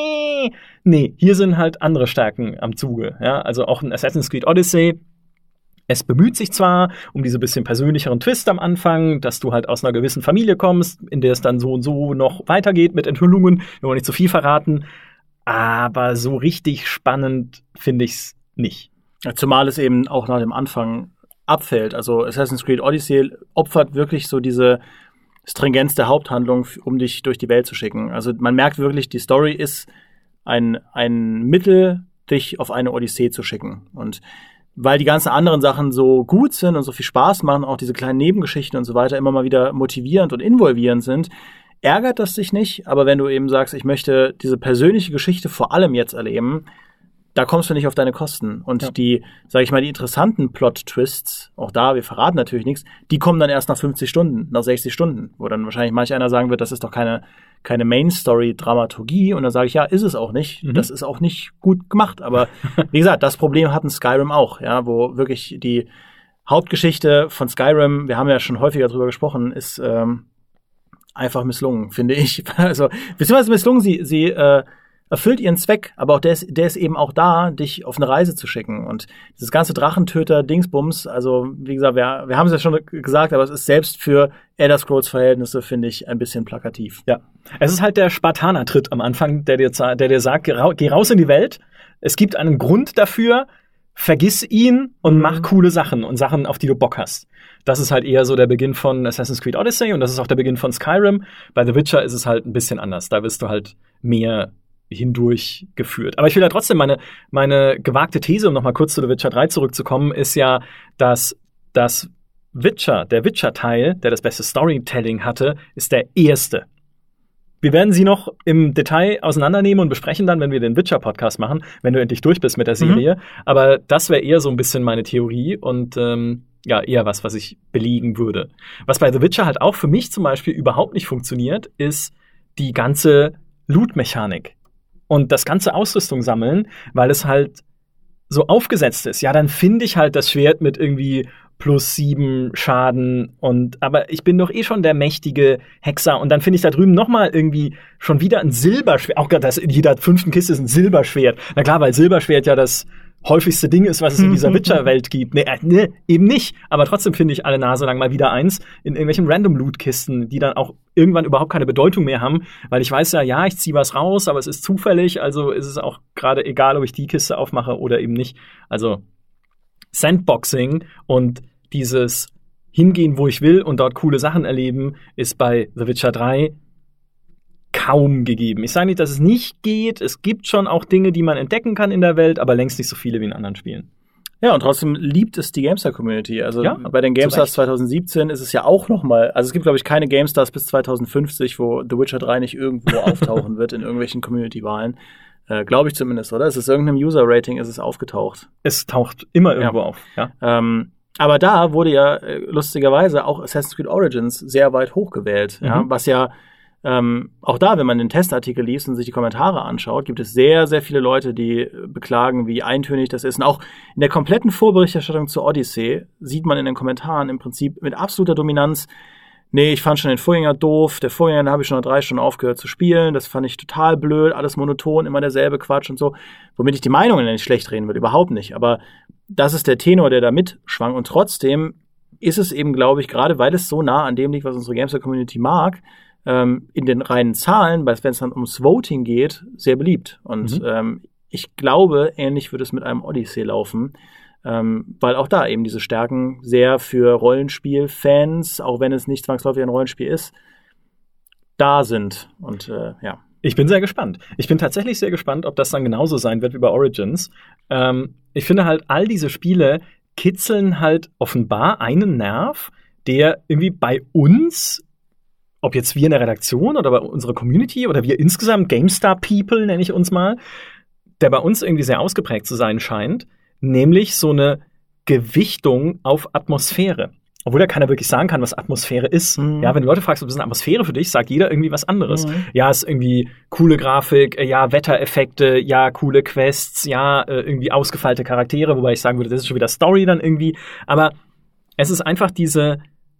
nee, hier sind halt andere Stärken am Zuge. Ja? Also auch ein Assassin's Creed Odyssey, es bemüht sich zwar um diese bisschen persönlicheren Twist am Anfang, dass du halt aus einer gewissen Familie kommst, in der es dann so und so noch weitergeht mit Enthüllungen, wir wollen nicht zu viel verraten, aber so richtig spannend finde ich's nicht. Zumal es eben auch nach dem Anfang abfällt. Also Assassin's Creed Odyssey opfert wirklich so diese Stringenz der Haupthandlung, um dich durch die Welt zu schicken. Also man merkt wirklich, die Story ist ein Mittel, dich auf eine Odyssee zu schicken. Und weil die ganzen anderen Sachen so gut sind und so viel Spaß machen, auch diese kleinen Nebengeschichten und so weiter immer mal wieder motivierend und involvierend sind, ärgert das dich nicht. Aber wenn du eben sagst, ich möchte diese persönliche Geschichte vor allem jetzt erleben, da kommst du nicht auf deine Kosten. Und die, sag ich mal, die interessanten Plot-Twists, auch da, wir verraten natürlich nichts, die kommen dann erst nach 50 Stunden, nach 60 Stunden, wo dann wahrscheinlich manch einer sagen wird, das ist doch keine Main-Story-Dramaturgie. Und dann sage ich, ja, ist es auch nicht. Das ist auch nicht gut gemacht. Aber wie gesagt, das Problem hatten Skyrim auch, ja, wo wirklich die Hauptgeschichte von Skyrim, wir haben ja schon häufiger drüber gesprochen, ist einfach misslungen, finde ich. Also, beziehungsweise misslungen, sie erfüllt ihren Zweck, aber auch der ist eben auch da, dich auf eine Reise zu schicken. Und dieses ganze Drachentöter-Dingsbums, also wie gesagt, wir haben es ja schon gesagt, aber es ist selbst für Elder Scrolls-Verhältnisse, finde ich, ein bisschen plakativ. Ja, es ist halt der Spartaner-Tritt am Anfang, der dir sagt, geh raus in die Welt, es gibt einen Grund dafür, vergiss ihn und mach coole Sachen und Sachen, auf die du Bock hast. Das ist halt eher so der Beginn von Assassin's Creed Odyssey und das ist auch der Beginn von Skyrim. Bei The Witcher ist es halt ein bisschen anders. Da wirst du halt mehr hindurch geführt. Aber ich will ja trotzdem meine gewagte These, um noch mal kurz zu The Witcher 3 zurückzukommen, ist ja, dass der Witcher-Teil, der das beste Storytelling hatte, ist der erste. Wir werden sie noch im Detail auseinandernehmen und besprechen dann, wenn wir den Witcher-Podcast machen, wenn du endlich durch bist mit der Serie. Aber das wäre eher so ein bisschen meine Theorie und eher was ich belegen würde. Was bei The Witcher halt auch für mich zum Beispiel überhaupt nicht funktioniert, ist die ganze Loot-Mechanik. Und das ganze Ausrüstung sammeln, weil es halt so aufgesetzt ist. Ja, dann finde ich halt das Schwert mit irgendwie +7 Schaden aber ich bin doch eh schon der mächtige Hexer und dann finde ich da drüben noch mal irgendwie schon wieder ein Silberschwert. Auch gerade in jeder 5. Kiste ist ein Silberschwert. Na klar, weil Silberschwert ja das häufigste Ding ist, was es in dieser Witcher-Welt gibt. Nee, eben nicht. Aber trotzdem finde ich alle Nase lang mal wieder eins in irgendwelchen Random-Loot-Kisten, die dann auch irgendwann überhaupt keine Bedeutung mehr haben, weil ich weiß ja, ich ziehe was raus, aber es ist zufällig, also ist es auch gerade egal, ob ich die Kiste aufmache oder eben nicht. Also Sandboxing und dieses hingehen, wo ich will und dort coole Sachen erleben, ist bei The Witcher 3 kaum gegeben. Ich sage nicht, dass es nicht geht. Es gibt schon auch Dinge, die man entdecken kann in der Welt, aber längst nicht so viele wie in anderen Spielen. Ja, und trotzdem liebt es die GameStar-Community. Also ja, bei den GameStars 2017 ist es ja auch noch mal, also es gibt, glaube ich, keine GameStars bis 2050, wo The Witcher 3 nicht irgendwo auftauchen wird in irgendwelchen Community-Wahlen. Glaube ich zumindest, oder? Es ist irgendeinem User-Rating ist es aufgetaucht. Es taucht immer irgendwo auf, ja. Aber da wurde ja lustigerweise auch Assassin's Creed Origins sehr weit hochgewählt, ja, was ja auch da, wenn man den Testartikel liest und sich die Kommentare anschaut, gibt es sehr, sehr viele Leute, die beklagen, wie eintönig das ist. Und auch in der kompletten Vorberichterstattung zur Odyssey sieht man in den Kommentaren im Prinzip mit absoluter Dominanz, nee, ich fand schon den Vorgänger doof, der Vorgänger, da habe ich schon nach 3 Stunden aufgehört zu spielen, das fand ich total blöd, alles monoton, immer derselbe Quatsch und so, womit ich die Meinungen nicht schlecht reden will, überhaupt nicht. Aber das ist der Tenor, der da mitschwang. Und trotzdem ist es eben, glaube ich, gerade weil es so nah an dem liegt, was unsere Gamester-Community mag, in den reinen Zahlen, wenn es dann ums Voting geht, sehr beliebt. Und ich glaube, ähnlich wird es mit einem Odyssey laufen, weil auch da eben diese Stärken sehr für Rollenspiel-Fans, auch wenn es nicht zwangsläufig ein Rollenspiel ist, da sind. Und ja. Ich bin sehr gespannt. Ich bin tatsächlich sehr gespannt, ob das dann genauso sein wird wie bei Origins. Ich finde halt, all diese Spiele kitzeln halt offenbar einen Nerv, der irgendwie bei uns, ob jetzt wir in der Redaktion oder bei unserer Community oder wir insgesamt, GameStar-People nenne ich uns mal, der bei uns irgendwie sehr ausgeprägt zu sein scheint, nämlich so eine Gewichtung auf Atmosphäre. Obwohl da keiner wirklich sagen kann, was Atmosphäre ist. Ja, wenn du Leute fragst, was ist eine Atmosphäre für dich, sagt jeder irgendwie was anderes. Ja, ist irgendwie coole Grafik, ja, Wettereffekte, ja, coole Quests, ja, irgendwie ausgefeilte Charaktere, wobei ich sagen würde, das ist schon wieder Story dann irgendwie. Aber es ist einfach diese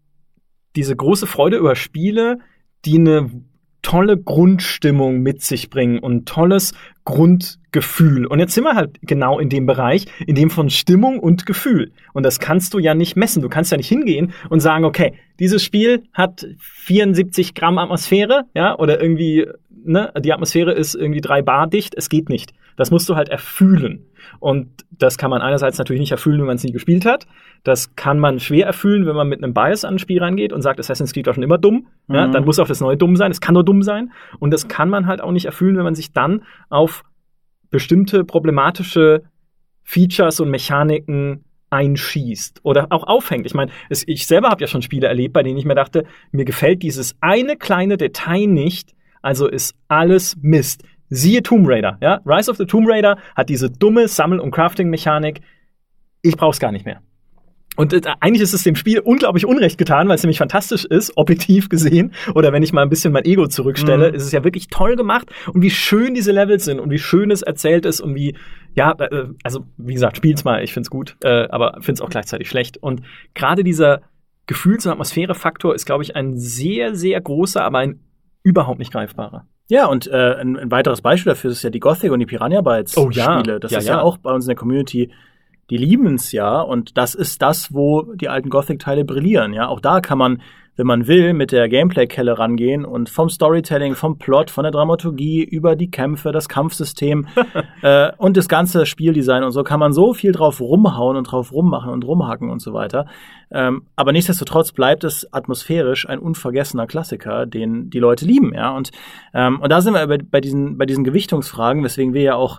große Freude über Spiele, die eine tolle Grundstimmung mit sich bringen und tolles Grundgefühl. Und jetzt sind wir halt genau in dem Bereich, in dem von Stimmung und Gefühl. Und das kannst du ja nicht messen. Du kannst ja nicht hingehen und sagen, okay, dieses Spiel hat 74 Gramm Atmosphäre, ja, oder irgendwie, ne, die Atmosphäre ist irgendwie 3 Bar dicht. Es geht nicht. Das musst du halt erfühlen. Und das kann man einerseits natürlich nicht erfüllen, wenn man es nie gespielt hat. Das kann man schwer erfüllen, wenn man mit einem Bias an ein Spiel reingeht und sagt, Assassin's Creed war schon immer dumm. Ja, dann muss auch das Neue dumm sein. Es kann nur dumm sein. Und das kann man halt auch nicht erfüllen, wenn man sich dann auf bestimmte problematische Features und Mechaniken einschießt oder auch aufhängt. Ich meine, ich selber habe ja schon Spiele erlebt, bei denen ich mir dachte, mir gefällt dieses eine kleine Detail nicht, also ist alles Mist. Siehe Tomb Raider, ja? Rise of the Tomb Raider hat diese dumme Sammel- und Crafting-Mechanik. Ich brauch's gar nicht mehr. Und eigentlich ist es dem Spiel unglaublich Unrecht getan, weil es nämlich fantastisch ist, objektiv gesehen. Oder wenn ich mal ein bisschen mein Ego zurückstelle, ist es ja wirklich toll gemacht. Und wie schön diese Levels sind und wie schön es erzählt ist und wie, ja, also wie gesagt, spiel's mal, ich find's gut, aber find's auch gleichzeitig schlecht. Und gerade dieser Gefühls- und Atmosphärefaktor ist, glaube ich, ein sehr, sehr großer, aber ein überhaupt nicht greifbarer. Ja, und ein weiteres Beispiel dafür ist ja die Gothic und die Piranha Bytes Spiele. Das ist ja auch bei uns in der Community, die lieben es ja. Und das ist das, wo die alten Gothic-Teile brillieren. Ja, auch da kann man, wenn man will, mit der Gameplay-Kelle rangehen und vom Storytelling, vom Plot, von der Dramaturgie über die Kämpfe, das Kampfsystem und das ganze Spieldesign und so kann man so viel drauf rumhauen und drauf rummachen und rumhacken und so weiter. Aber nichtsdestotrotz bleibt es atmosphärisch ein unvergessener Klassiker, den die Leute lieben, ja. Und da sind wir bei diesen Gewichtungsfragen, weswegen wir ja auch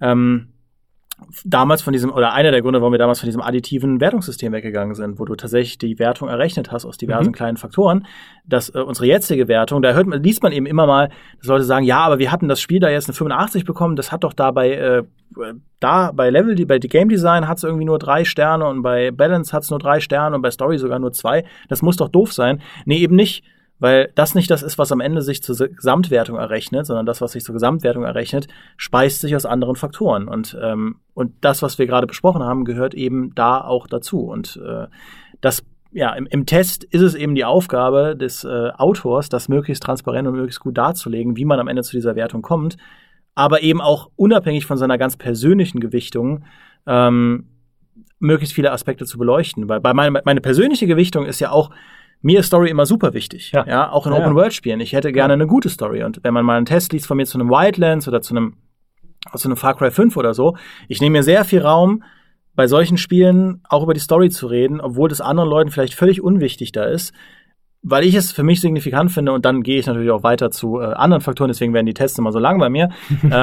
damals von diesem, oder einer der Gründe, warum wir damals von diesem additiven Wertungssystem weggegangen sind, wo du tatsächlich die Wertung errechnet hast aus diversen kleinen Faktoren, dass unsere jetzige Wertung, da liest man eben immer mal, dass Leute sagen, ja, aber wir hatten das Spiel da jetzt eine 85 bekommen, das hat doch bei Level, bei Game Design hat es irgendwie nur 3 Sterne und bei Balance hat es nur 3 Sterne und bei Story sogar nur 2. Das muss doch doof sein. Nee, eben nicht. Weil das nicht das ist, was am Ende sich zur Gesamtwertung errechnet, sondern das, was sich zur Gesamtwertung errechnet, speist sich aus anderen Faktoren. Und das, was wir gerade besprochen haben, gehört eben da auch dazu. Und das, ja, im Test ist es eben die Aufgabe des Autors, das möglichst transparent und möglichst gut darzulegen, wie man am Ende zu dieser Wertung kommt, aber eben auch unabhängig von seiner ganz persönlichen Gewichtung möglichst viele Aspekte zu beleuchten. Weil meine persönliche Gewichtung ist ja auch, mir ist Story immer super wichtig, ja auch in Open-World-Spielen. Ich hätte gerne eine gute Story. Und wenn man mal einen Test liest von mir zu einem Wildlands oder zu einem Far Cry 5 oder so, ich nehme mir sehr viel Raum bei solchen Spielen auch über die Story zu reden, obwohl das anderen Leuten vielleicht völlig unwichtig da ist, weil ich es für mich signifikant finde und dann gehe ich natürlich auch weiter zu anderen Faktoren, deswegen werden die Tests immer so lang bei mir.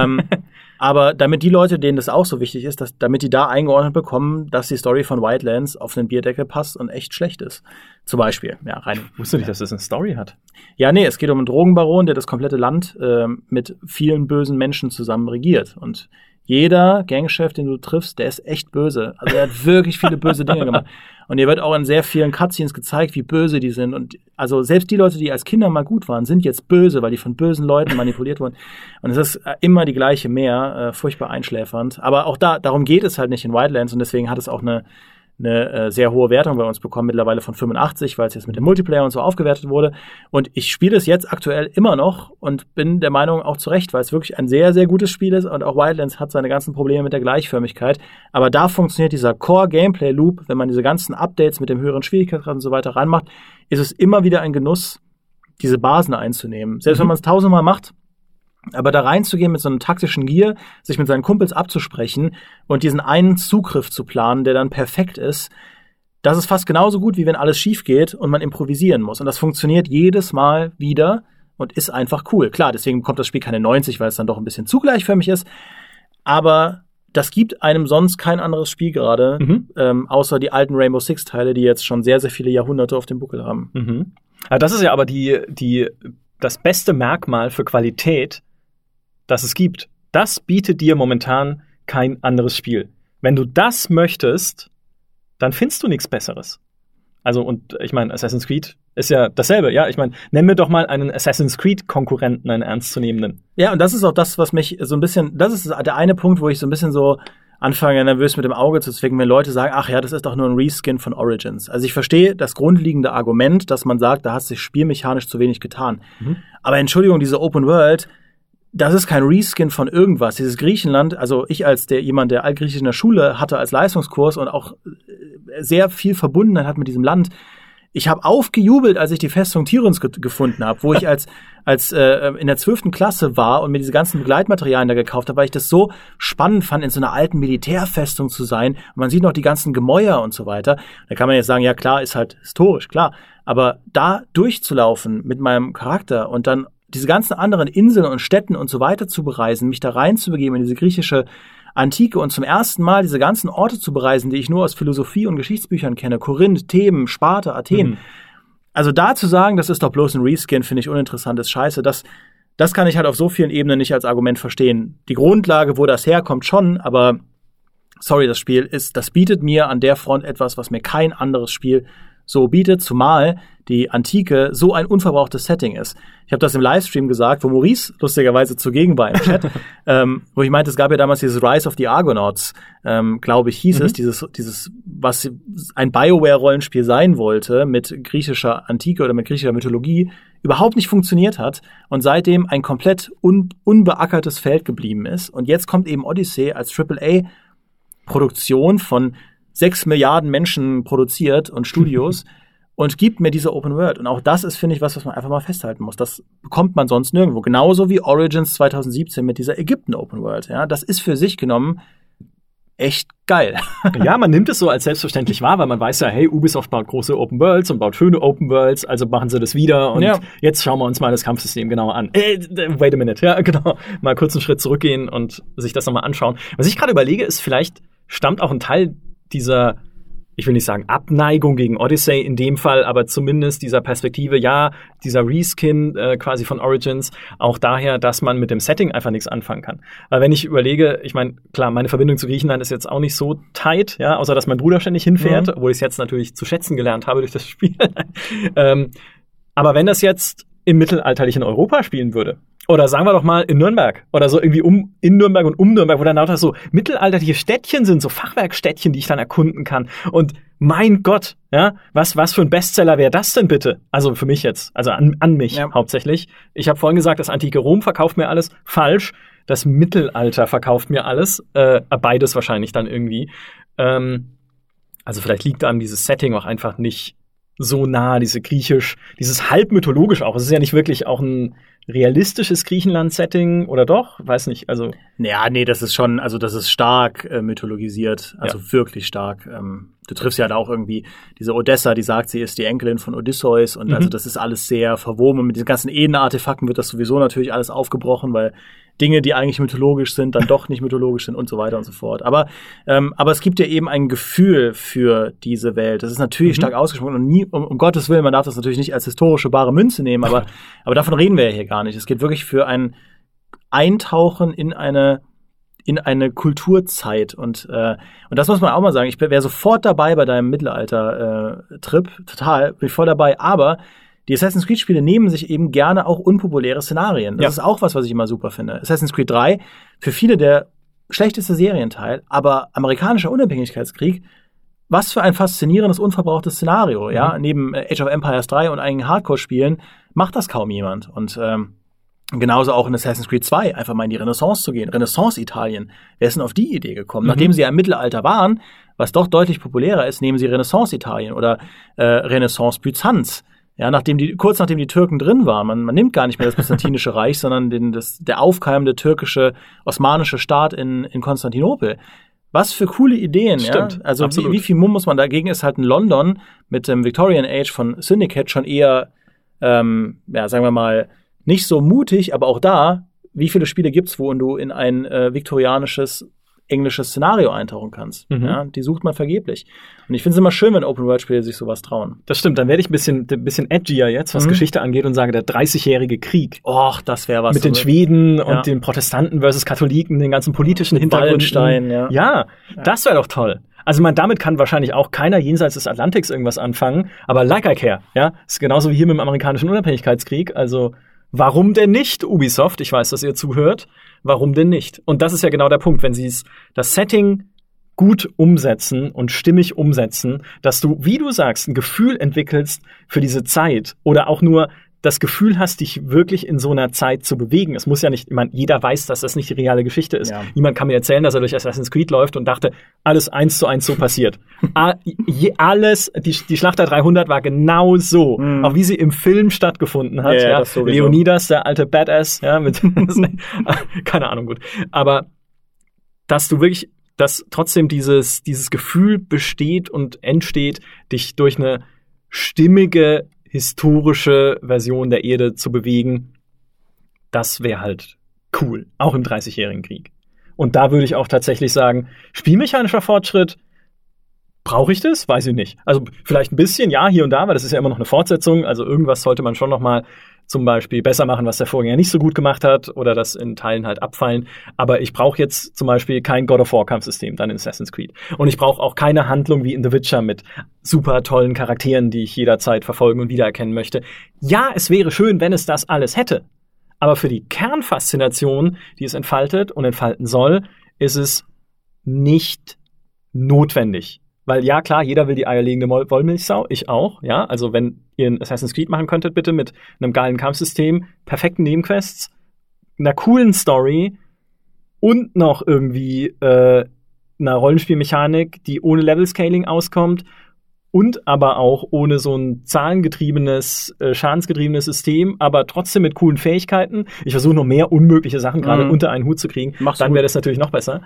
Aber damit die Leute, denen das auch so wichtig ist, damit die da eingeordnet bekommen, dass die Story von Wildlands auf einen Bierdeckel passt und echt schlecht ist. Zum Beispiel, ja, rein. Wusste nicht, dass das eine Story hat. Ja, nee, es geht um einen Drogenbaron, der das komplette Land mit vielen bösen Menschen zusammen regiert. Und jeder Gangchef, den du triffst, der ist echt böse. Also er hat wirklich viele böse Dinge gemacht. Und dir wird auch in sehr vielen Cutscenes gezeigt, wie böse die sind. Und also selbst die Leute, die als Kinder mal gut waren, sind jetzt böse, weil die von bösen Leuten manipuliert wurden. Und es ist immer die gleiche Mehr, furchtbar einschläfernd. Aber auch darum geht es halt nicht in Wildlands. Und deswegen hat es auch eine sehr hohe Wertung bei uns bekommen, mittlerweile von 85, weil es jetzt mit dem Multiplayer und so aufgewertet wurde. Und ich spiele es jetzt aktuell immer noch und bin der Meinung auch zu Recht, weil es wirklich ein sehr, sehr gutes Spiel ist und auch Wildlands hat seine ganzen Probleme mit der Gleichförmigkeit. Aber da funktioniert dieser Core-Gameplay-Loop, wenn man diese ganzen Updates mit dem höheren Schwierigkeitsgrad und so weiter reinmacht, ist es immer wieder ein Genuss, diese Basen einzunehmen. Selbst wenn man es 1000-mal macht, aber da reinzugehen mit so einem taktischen Gier, sich mit seinen Kumpels abzusprechen und diesen einen Zugriff zu planen, der dann perfekt ist, das ist fast genauso gut, wie wenn alles schief geht und man improvisieren muss. Und das funktioniert jedes Mal wieder und ist einfach cool. Klar, deswegen bekommt das Spiel keine 90, weil es dann doch ein bisschen zu gleichförmig ist. Aber das gibt einem sonst kein anderes Spiel gerade, außer die alten Rainbow Six-Teile, die jetzt schon sehr, sehr viele Jahrhunderte auf dem Buckel haben. Mhm. Ja, das ist ja aber das beste Merkmal für Qualität, das es gibt. Das bietet dir momentan kein anderes Spiel. Wenn du das möchtest, dann findest du nichts Besseres. Also, und ich meine, Assassin's Creed ist ja dasselbe, ja. Ich meine, nenn mir doch mal einen Assassin's Creed-Konkurrenten, einen ernstzunehmenden. Ja, und das ist auch das, was mich so ein bisschen, das ist der eine Punkt, wo ich so ein bisschen so anfange, nervös mit dem Auge zu zwicken, wenn Leute sagen, ach ja, das ist doch nur ein Reskin von Origins. Also ich verstehe das grundlegende Argument, dass man sagt, da hat sich spielmechanisch zu wenig getan. Aber Entschuldigung, diese Open World, das ist kein Reskin von irgendwas. Dieses Griechenland, also ich als jemand, der Altgriechisch in der Schule hatte als Leistungskurs und auch sehr viel Verbundenheit hat mit diesem Land. Ich habe aufgejubelt, als ich die Festung Tirons gefunden habe, wo ich als in der 12. Klasse war und mir diese ganzen Begleitmaterialien da gekauft habe, weil ich das so spannend fand, in so einer alten Militärfestung zu sein. Und man sieht noch die ganzen Gemäuer und so weiter. Da kann man jetzt sagen, ja klar, ist halt historisch, klar. Aber da durchzulaufen mit meinem Charakter und dann diese ganzen anderen Inseln und Städten und so weiter zu bereisen, mich da reinzubegeben in diese griechische Antike und zum ersten Mal diese ganzen Orte zu bereisen, die ich nur aus Philosophie- und Geschichtsbüchern kenne, Korinth, Theben, Sparta, Athen. Also da zu sagen, das ist doch bloß ein Reskin, finde ich uninteressant, ist scheiße. Das kann ich halt auf so vielen Ebenen nicht als Argument verstehen. Die Grundlage, wo das herkommt, schon, aber sorry, das bietet mir an der Front etwas, was mir kein anderes Spiel so bietet, zumal die Antike so ein unverbrauchtes Setting ist. Ich habe das im Livestream gesagt, wo Maurice lustigerweise zugegen war im Chat, wo ich meinte, es gab ja damals dieses Rise of the Argonauts, glaube ich, hieß es, dieses, was ein BioWare-Rollenspiel sein wollte, mit griechischer Antike oder mit griechischer Mythologie, überhaupt nicht funktioniert hat und seitdem ein komplett unbeackertes Feld geblieben ist. Und jetzt kommt eben Odyssey als AAA-Produktion von 6 Milliarden Menschen produziert und Studios und gibt mir diese Open World. Und auch das ist, finde ich, was man einfach mal festhalten muss. Das bekommt man sonst nirgendwo. Genauso wie Origins 2017 mit dieser Ägypten Open World. Ja, das ist für sich genommen echt geil. Ja, man nimmt es so als selbstverständlich wahr, weil man weiß ja, hey, Ubisoft baut große Open Worlds und baut schöne Open Worlds, also machen sie das wieder und jetzt schauen wir uns mal das Kampfsystem genauer an. Wait a minute, ja, genau. Mal kurz einen Schritt zurückgehen und sich das nochmal anschauen. Was ich gerade überlege, ist, vielleicht stammt auch ein Teil dieser, ich will nicht sagen Abneigung gegen Odyssey in dem Fall, aber zumindest dieser Perspektive, ja, dieser Reskin quasi von Origins, auch daher, dass man mit dem Setting einfach nichts anfangen kann. Weil wenn ich überlege, ich meine, klar, meine Verbindung zu Griechenland ist jetzt auch nicht so tight, ja, außer dass mein Bruder ständig hinfährt, obwohl ich es jetzt natürlich zu schätzen gelernt habe durch das Spiel. Aber wenn das jetzt im mittelalterlichen Europa spielen würde, oder sagen wir doch mal in Nürnberg oder so irgendwie in Nürnberg und um Nürnberg, wo dann lauter so mittelalterliche Städtchen sind, so Fachwerkstädtchen, die ich dann erkunden kann. Und mein Gott, ja, was für ein Bestseller wäre das denn bitte? Also für mich jetzt, also an mich hauptsächlich. Ich habe vorhin gesagt, das antike Rom verkauft mir alles. Falsch. Das Mittelalter verkauft mir alles. Beides wahrscheinlich dann irgendwie. Also vielleicht liegt an dieses Setting auch einfach nicht so nah, dieses halb mythologisch auch. Es ist ja nicht wirklich auch ein realistisches Griechenland-Setting oder doch? Weiß nicht, also. Ja, nee, das ist schon, also das ist stark mythologisiert, also wirklich stark. Du triffst ja da auch irgendwie diese Odessa, die sagt, sie ist die Enkelin von Odysseus und also das ist alles sehr verwoben und mit diesen ganzen Eden-Artefakten wird das sowieso natürlich alles aufgebrochen, weil Dinge, die eigentlich mythologisch sind, dann doch nicht mythologisch sind und so weiter und so fort. Aber es gibt ja eben ein Gefühl für diese Welt. Das ist natürlich stark ausgesprochen und nie, um Gottes Willen, man darf das natürlich nicht als historische bare Münze nehmen, aber davon reden wir ja hier gar nicht. Es geht wirklich für ein Eintauchen in eine Kulturzeit und das muss man auch mal sagen. Ich wäre sofort dabei bei deinem Mittelalter-Trip, total, bin ich voll dabei, aber die Assassin's Creed-Spiele nehmen sich eben gerne auch unpopuläre Szenarien. Das ist auch was ich immer super finde. Assassin's Creed 3, für viele der schlechteste Serienteil, aber amerikanischer Unabhängigkeitskrieg, was für ein faszinierendes, unverbrauchtes Szenario, ja? Neben Age of Empires 3 und einigen Hardcore-Spielen macht das kaum jemand. Und genauso auch in Assassin's Creed 2, einfach mal in die Renaissance zu gehen. Renaissance-Italien. Wer ist denn auf die Idee gekommen? Nachdem sie ja im Mittelalter waren, was doch deutlich populärer ist, nehmen sie Renaissance-Italien oder Renaissance-Byzanz. Ja, kurz nachdem die Türken drin waren, man nimmt gar nicht mehr das Byzantinische Reich, sondern der aufkeimende türkische, osmanische Staat in Konstantinopel. Was für coole Ideen, Stimmt, ja. Also wie viel Mumm muss man dagegen ist halt in London mit dem Victorian Age von Syndicate schon eher, sagen wir mal, nicht so mutig, aber auch da, wie viele Spiele gibt's, wo du in ein viktorianisches englisches Szenario eintauchen kannst. Ja, die sucht man vergeblich. Und ich finde es immer schön, wenn Open-World-Spiele sich sowas trauen. Das stimmt, dann werde ich ein bisschen edgier jetzt, was Geschichte angeht und sage, der 30-jährige Krieg. Och, das wäre was. Mit den Schweden und den Protestanten versus Katholiken, den ganzen politischen Hintergründen. Wallenstein, ja, das wäre doch toll. Also damit kann wahrscheinlich auch keiner jenseits des Atlantiks irgendwas anfangen, aber like I care, ja. Ist genauso wie hier mit dem amerikanischen Unabhängigkeitskrieg, also warum denn nicht, Ubisoft? Ich weiß, dass ihr zuhört. Warum denn nicht? Und das ist ja genau der Punkt, wenn sie das Setting gut umsetzen und stimmig umsetzen, dass du, wie du sagst, ein Gefühl entwickelst für diese Zeit oder auch nur das Gefühl hast, dich wirklich in so einer Zeit zu bewegen. Es muss ja nicht, ich meine, jeder weiß, dass das nicht die reale Geschichte ist. Ja. Niemand kann mir erzählen, dass er durch Assassin's Creed läuft und dachte, alles 1:1 so passiert. Alles, die Schlacht der 300 war genau so, auch wie sie im Film stattgefunden hat. Ja, Leonidas, der alte Badass, ja, mit keine Ahnung, gut. Aber dass du wirklich, dass trotzdem dieses Gefühl besteht und entsteht, dich durch eine stimmige historische Version der Erde zu bewegen, das wäre halt cool, auch im 30-jährigen Krieg. Und da würde ich auch tatsächlich sagen, spielmechanischer Fortschritt, brauche ich das? Weiß ich nicht. Also vielleicht ein bisschen, ja, hier und da, weil das ist ja immer noch eine Fortsetzung, also irgendwas sollte man schon noch mal zum Beispiel besser machen, was der Vorgänger nicht so gut gemacht hat oder das in Teilen halt abfallen. Aber ich brauche jetzt zum Beispiel kein God of War Kampfsystem dann in Assassin's Creed. Und ich brauche auch keine Handlung wie in The Witcher mit super tollen Charakteren, die ich jederzeit verfolgen und wiedererkennen möchte. Ja, es wäre schön, wenn es das alles hätte. Aber für die Kernfaszination, die es entfaltet und entfalten soll, ist es nicht notwendig. Weil ja, klar, jeder will die eierlegende Wollmilchsau, ich auch, ja. Also wenn ihr ein Assassin's Creed machen könntet, bitte mit einem geilen Kampfsystem, perfekten Nebenquests, einer coolen Story und noch irgendwie einer Rollenspielmechanik, die ohne Level-Scaling auskommt und aber auch ohne so ein zahlengetriebenes, schadensgetriebenes System, aber trotzdem mit coolen Fähigkeiten. Ich versuche noch mehr unmögliche Sachen gerade unter einen Hut zu kriegen. Dann wäre das natürlich noch besser.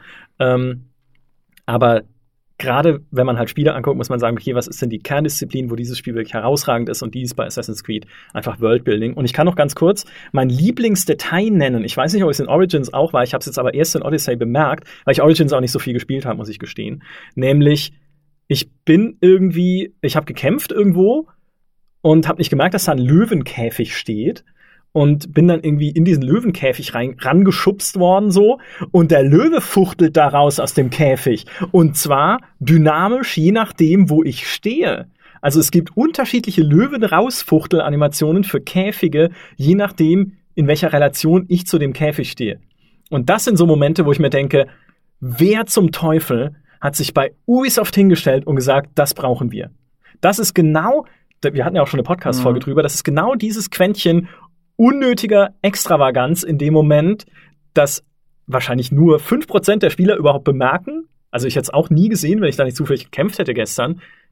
Aber gerade wenn man halt Spiele anguckt, muss man sagen, okay, was ist denn die Kerndisziplin, wo dieses Spiel wirklich herausragend ist und die ist bei Assassin's Creed einfach Worldbuilding. Und ich kann noch ganz kurz mein Lieblingsdetail nennen. Ich weiß nicht, ob es in Origins auch war, ich habe es jetzt aber erst in Odyssey bemerkt, weil ich Origins auch nicht so viel gespielt habe, muss ich gestehen. Nämlich, ich habe gekämpft irgendwo und habe nicht gemerkt, dass da ein Löwenkäfig steht. Und bin dann irgendwie in diesen Löwenkäfig rangeschubst worden so und der Löwe fuchtelt da raus aus dem Käfig und zwar dynamisch je nachdem, wo ich stehe. Also es gibt unterschiedliche Löwen-Rausfuchtel-Animationen für Käfige, je nachdem, in welcher Relation ich zu dem Käfig stehe. Und das sind so Momente, wo ich mir denke, wer zum Teufel hat sich bei Ubisoft hingestellt und gesagt, das brauchen wir. Das ist genau, wir hatten ja auch schon eine Podcast-Folge drüber, das ist genau dieses Quäntchen unnötiger Extravaganz in dem Moment, dass wahrscheinlich nur 5% der Spieler überhaupt bemerken. Also ich hätte es auch nie gesehen, wenn ich da nicht zufällig gekämpft hätte gestern.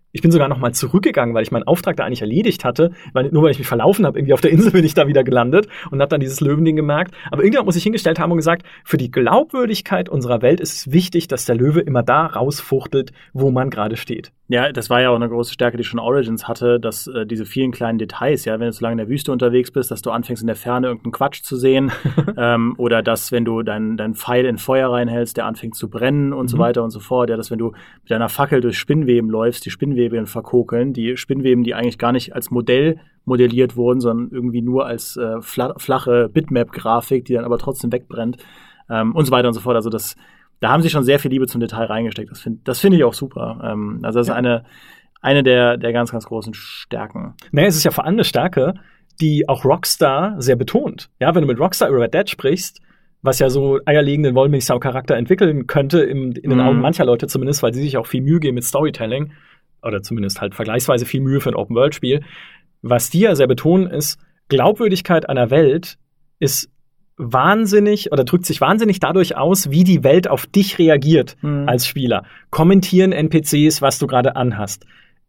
Ich bin sogar noch mal zurückgegangen, weil ich meinen Auftrag da eigentlich erledigt hatte, nur weil ich mich verlaufen habe, irgendwie auf der Insel bin ich da wieder gelandet und habe dann dieses Löwending gemerkt. Aber irgendwann muss ich hingestellt haben und gesagt, für die Glaubwürdigkeit unserer Welt ist es wichtig, dass der Löwe immer da rausfuchtelt, wo man gerade steht. Ja, das war ja auch eine große Stärke, die schon Origins hatte, dass diese vielen kleinen Details, ja, wenn du so lange in der Wüste unterwegs bist, dass du anfängst in der Ferne irgendeinen Quatsch zu sehen oder dass, wenn du deinen Pfeil in Feuer reinhältst, der anfängt zu brennen und so weiter und so fort, ja, dass wenn du mit deiner Fackel durch Spinnweben läufst, die Spinnweben verkokeln, die Spinnweben, die eigentlich gar nicht als Modell modelliert wurden, sondern irgendwie nur als flache Bitmap-Grafik, die dann aber trotzdem wegbrennt und so weiter und so fort. Also da haben sie schon sehr viel Liebe zum Detail reingesteckt. Das finde ich auch super. Also das ist eine der ganz, ganz großen Stärken. Naja, es ist ja vor allem eine Stärke, die auch Rockstar sehr betont. Ja, wenn du mit Rockstar über Red Dead sprichst, was ja so eierlegenden Wollmilchsau-Charakter entwickeln könnte, in den Augen mancher Leute zumindest, weil sie sich auch viel Mühe geben mit Storytelling, oder zumindest halt vergleichsweise viel Mühe für ein Open-World-Spiel. Was die ja sehr betonen, ist, Glaubwürdigkeit einer Welt ist wahnsinnig oder drückt sich wahnsinnig dadurch aus, wie die Welt auf dich reagiert als Spieler. Kommentieren NPCs, was du gerade anhast.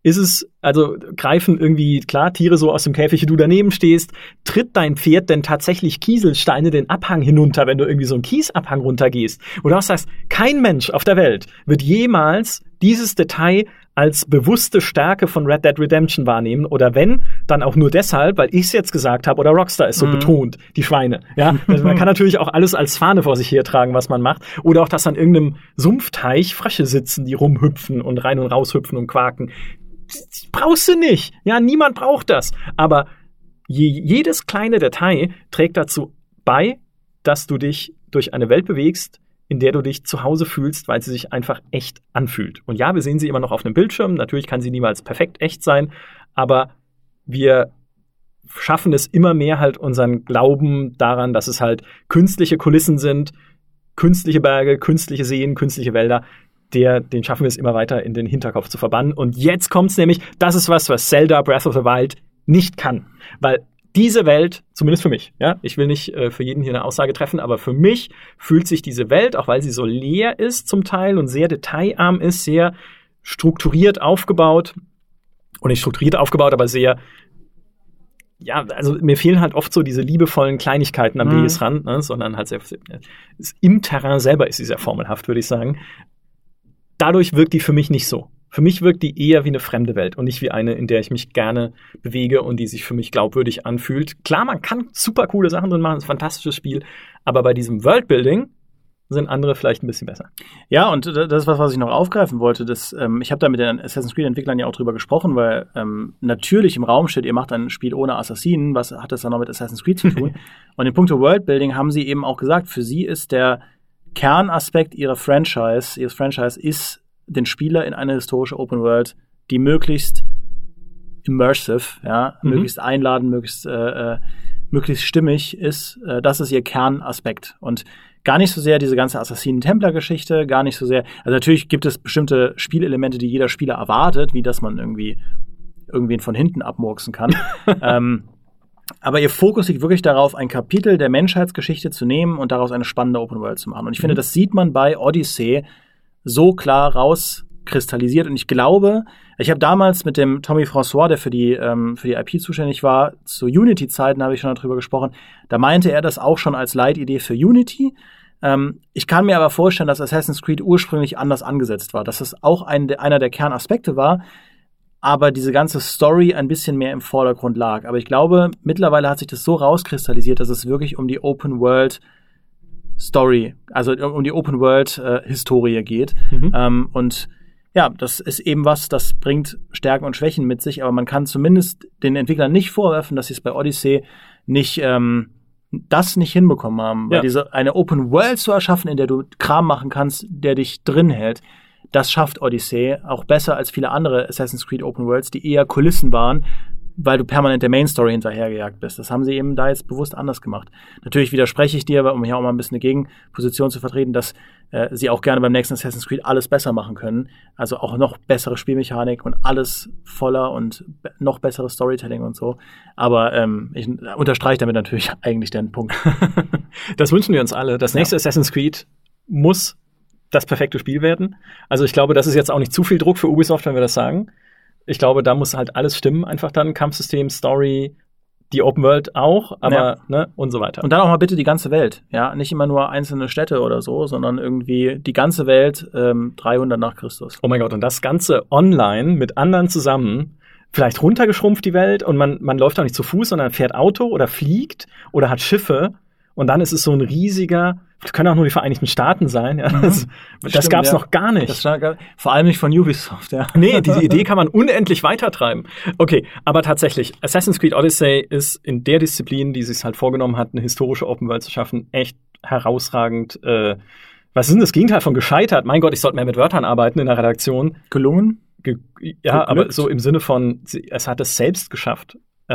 Greifen irgendwie, klar, Tiere so aus dem Käfig, wie du daneben stehst, tritt dein Pferd denn tatsächlich Kieselsteine den Abhang hinunter, wenn du irgendwie so einen Kiesabhang runtergehst? Oder auch sagst, kein Mensch auf der Welt wird jemals dieses Detail als bewusste Stärke von Red Dead Redemption wahrnehmen. Oder wenn, dann auch nur deshalb, weil ich es jetzt gesagt habe oder Rockstar es so betont, die Schweine. Ja, also man kann natürlich auch alles als Fahne vor sich hertragen, was man macht. Oder auch, dass an irgendeinem Sumpfteich Frösche sitzen, die rumhüpfen und rein und raushüpfen und quaken. Das brauchst du nicht. Ja, niemand braucht das. Aber jedes kleine Detail trägt dazu bei, dass du dich durch eine Welt bewegst, in der du dich zu Hause fühlst, weil sie sich einfach echt anfühlt. Und ja, wir sehen sie immer noch auf einem Bildschirm. Natürlich kann sie niemals perfekt echt sein, aber wir schaffen es immer mehr halt unseren Glauben daran, dass es halt künstliche Kulissen sind, künstliche Berge, künstliche Seen, künstliche Wälder. Den schaffen wir es immer weiter in den Hinterkopf zu verbannen. Und jetzt kommt's nämlich, das ist was Zelda Breath of the Wild nicht kann. Weil diese Welt, zumindest für mich, ja, ich will nicht für jeden hier eine Aussage treffen, aber für mich fühlt sich diese Welt, auch weil sie so leer ist zum Teil und sehr detailarm ist, sehr strukturiert aufgebaut, und nicht strukturiert aufgebaut, aber sehr, ja, also mir fehlen halt oft so diese liebevollen Kleinigkeiten am Wegesrand, ne, sondern halt sehr, im Terrain selber ist sie sehr formelhaft, würde ich sagen. Dadurch wirkt die für mich nicht so. Für mich wirkt die eher wie eine fremde Welt und nicht wie eine, in der ich mich gerne bewege und die sich für mich glaubwürdig anfühlt. Klar, man kann super coole Sachen drin machen, ist ein fantastisches Spiel, aber bei diesem Worldbuilding sind andere vielleicht ein bisschen besser. Ja, und das ist was ich noch aufgreifen wollte. Ich habe da mit den Assassin's Creed-Entwicklern ja auch drüber gesprochen, weil natürlich im Raum steht, ihr macht ein Spiel ohne Assassinen. Was hat das dann noch mit Assassin's Creed zu tun? Und in puncto Worldbuilding haben sie eben auch gesagt, für sie ist der Kernaspekt ihres Franchise ist, den Spieler in eine historische Open World, die möglichst immersive, ja, möglichst einladend, möglichst stimmig ist. Das ist ihr Kernaspekt. Und gar nicht so sehr diese ganze Assassinen-Templer-Geschichte, gar nicht so sehr, also natürlich gibt es bestimmte Spielelemente, die jeder Spieler erwartet, wie dass man irgendwen von hinten abmurksen kann. Aber ihr Fokus liegt wirklich darauf, ein Kapitel der Menschheitsgeschichte zu nehmen und daraus eine spannende Open World zu machen. Und ich finde, das sieht man bei Odyssey so klar rauskristallisiert. Und ich glaube, ich habe damals mit dem Tommy François, der für die IP zuständig war, zu Unity-Zeiten habe ich schon darüber gesprochen, da meinte er das auch schon als Leitidee für Unity. Ich kann mir aber vorstellen, dass Assassin's Creed ursprünglich anders angesetzt war, dass es auch einer der Kernaspekte war, aber diese ganze Story ein bisschen mehr im Vordergrund lag. Aber ich glaube, mittlerweile hat sich das so rauskristallisiert, dass es wirklich um die Open World Story, also um die Open World Historie geht. Und ja, das ist eben was, das bringt Stärken und Schwächen mit sich, aber man kann zumindest den Entwicklern nicht vorwerfen, dass sie es bei Odyssey nicht hinbekommen haben. Weil eine Open World zu erschaffen, in der du Kram machen kannst, der dich drin hält, das schafft Odyssey auch besser als viele andere Assassin's Creed Open Worlds, die eher Kulissen waren, weil du permanent der Main Story hinterhergejagt bist. Das haben sie eben da jetzt bewusst anders gemacht. Natürlich widerspreche ich dir, um hier auch mal ein bisschen eine Gegenposition zu vertreten, dass sie auch gerne beim nächsten Assassin's Creed alles besser machen können. Also auch noch bessere Spielmechanik und alles voller und noch besseres Storytelling und so. Aber ich unterstreiche damit natürlich eigentlich den Punkt. Das wünschen wir uns alle. Das nächste Assassin's Creed muss das perfekte Spiel werden. Also ich glaube, das ist jetzt auch nicht zu viel Druck für Ubisoft, wenn wir das sagen. ich glaube, da muss halt alles stimmen, einfach dann Kampfsystem, Story, die Open World auch, aber ne, und so weiter. Und dann auch mal bitte die ganze Welt, ja, nicht immer nur einzelne Städte oder so, sondern irgendwie die ganze Welt 300 nach Christus. Oh mein Gott, und das Ganze online mit anderen zusammen, vielleicht runtergeschrumpft die Welt und man läuft auch nicht zu Fuß, sondern fährt Auto oder fliegt oder hat Schiffe und dann ist es so ein riesiger, das können auch nur die Vereinigten Staaten sein, ja. Das gab's noch gar nicht. Vor allem nicht von Ubisoft, ja. Nee, diese Idee kann man unendlich weitertreiben. Okay, aber tatsächlich, Assassin's Creed Odyssey ist in der Disziplin, die sich halt vorgenommen hat, eine historische Open World zu schaffen, echt herausragend. Was ist denn das Gegenteil von gescheitert? Mein Gott, ich sollte mehr mit Wörtern arbeiten in der Redaktion. Gelungen? Ja, aber so im Sinne von, es hat es selbst geschafft.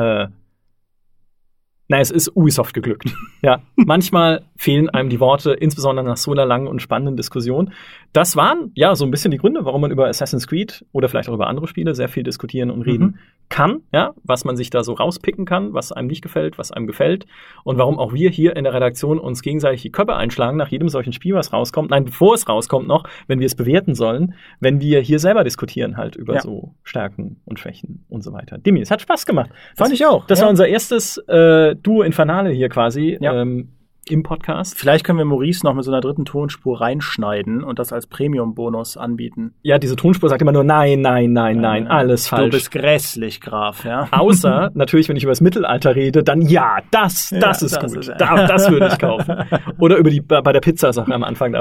Nein, es ist Ubisoft geglückt. Ja, manchmal fehlen einem die Worte, insbesondere nach so einer langen und spannenden Diskussion. Das waren ja so ein bisschen die Gründe, warum man über Assassin's Creed oder vielleicht auch über andere Spiele sehr viel diskutieren und reden kann, ja, was man sich da so rauspicken kann, was einem nicht gefällt, was einem gefällt und warum auch wir hier in der Redaktion uns gegenseitig die Köpfe einschlagen nach jedem solchen Spiel, was rauskommt. Nein, bevor es rauskommt noch, wenn wir es bewerten sollen, wenn wir hier selber diskutieren halt über so Stärken und Schwächen und so weiter. Dimi, es hat Spaß gemacht. Fand ich auch. Das war unser erstes Duo Infernale hier quasi. Ja. Im Podcast. Vielleicht können wir Maurice noch mit so einer dritten Tonspur reinschneiden und das als Premium-Bonus anbieten. Ja, diese Tonspur sagt immer nur nein, alles falsch. Du bist grässlich, Graf, ja. Außer, natürlich, wenn ich über das Mittelalter rede, dann ja, das ist gut. Das würde ich kaufen. Oder bei der Pizzasache am Anfang.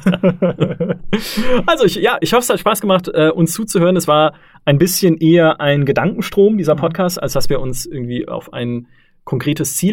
Also, ich hoffe, es hat Spaß gemacht, uns zuzuhören. Es war ein bisschen eher ein Gedankenstrom, dieser Podcast, als dass wir uns irgendwie auf ein konkretes Ziel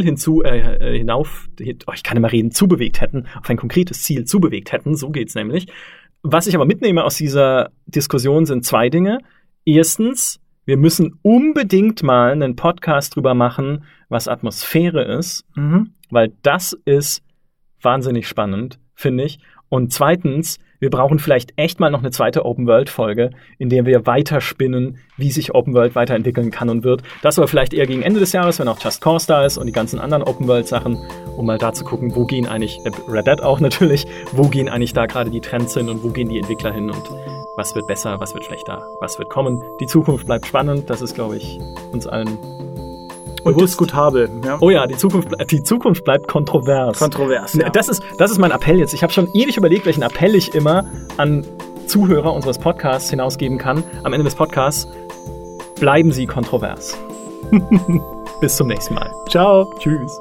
zubewegt hätten, auf ein konkretes Ziel zubewegt hätten, so geht's nämlich. Was ich aber mitnehme aus dieser Diskussion sind zwei Dinge. Erstens, wir müssen unbedingt mal einen Podcast drüber machen, was Atmosphäre ist, weil das ist wahnsinnig spannend, finde ich. Und zweitens, wir brauchen vielleicht echt mal noch eine zweite Open-World-Folge, in der wir weiterspinnen, wie sich Open-World weiterentwickeln kann und wird. Das aber vielleicht eher gegen Ende des Jahres, wenn auch Just Cause da ist und die ganzen anderen Open-World-Sachen, um mal da zu gucken, wo gehen eigentlich, Red Dead auch natürlich, wo gehen eigentlich da gerade die Trends hin und wo gehen die Entwickler hin und was wird besser, was wird schlechter, was wird kommen. Die Zukunft bleibt spannend, das ist, glaube ich, uns allen und diskutabel. Ja. Oh ja, die Zukunft bleibt kontrovers. Kontrovers, ja. Das ist mein Appell jetzt. Ich habe schon ewig überlegt, welchen Appell ich immer an Zuhörer unseres Podcasts hinausgeben kann. Am Ende des Podcasts bleiben Sie kontrovers. Bis zum nächsten Mal. Ciao. Tschüss.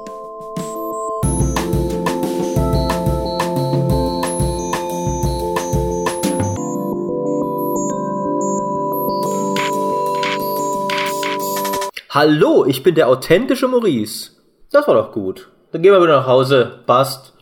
Hallo, ich bin der authentische Maurice. Das war doch gut. Dann gehen wir wieder nach Hause. Passt.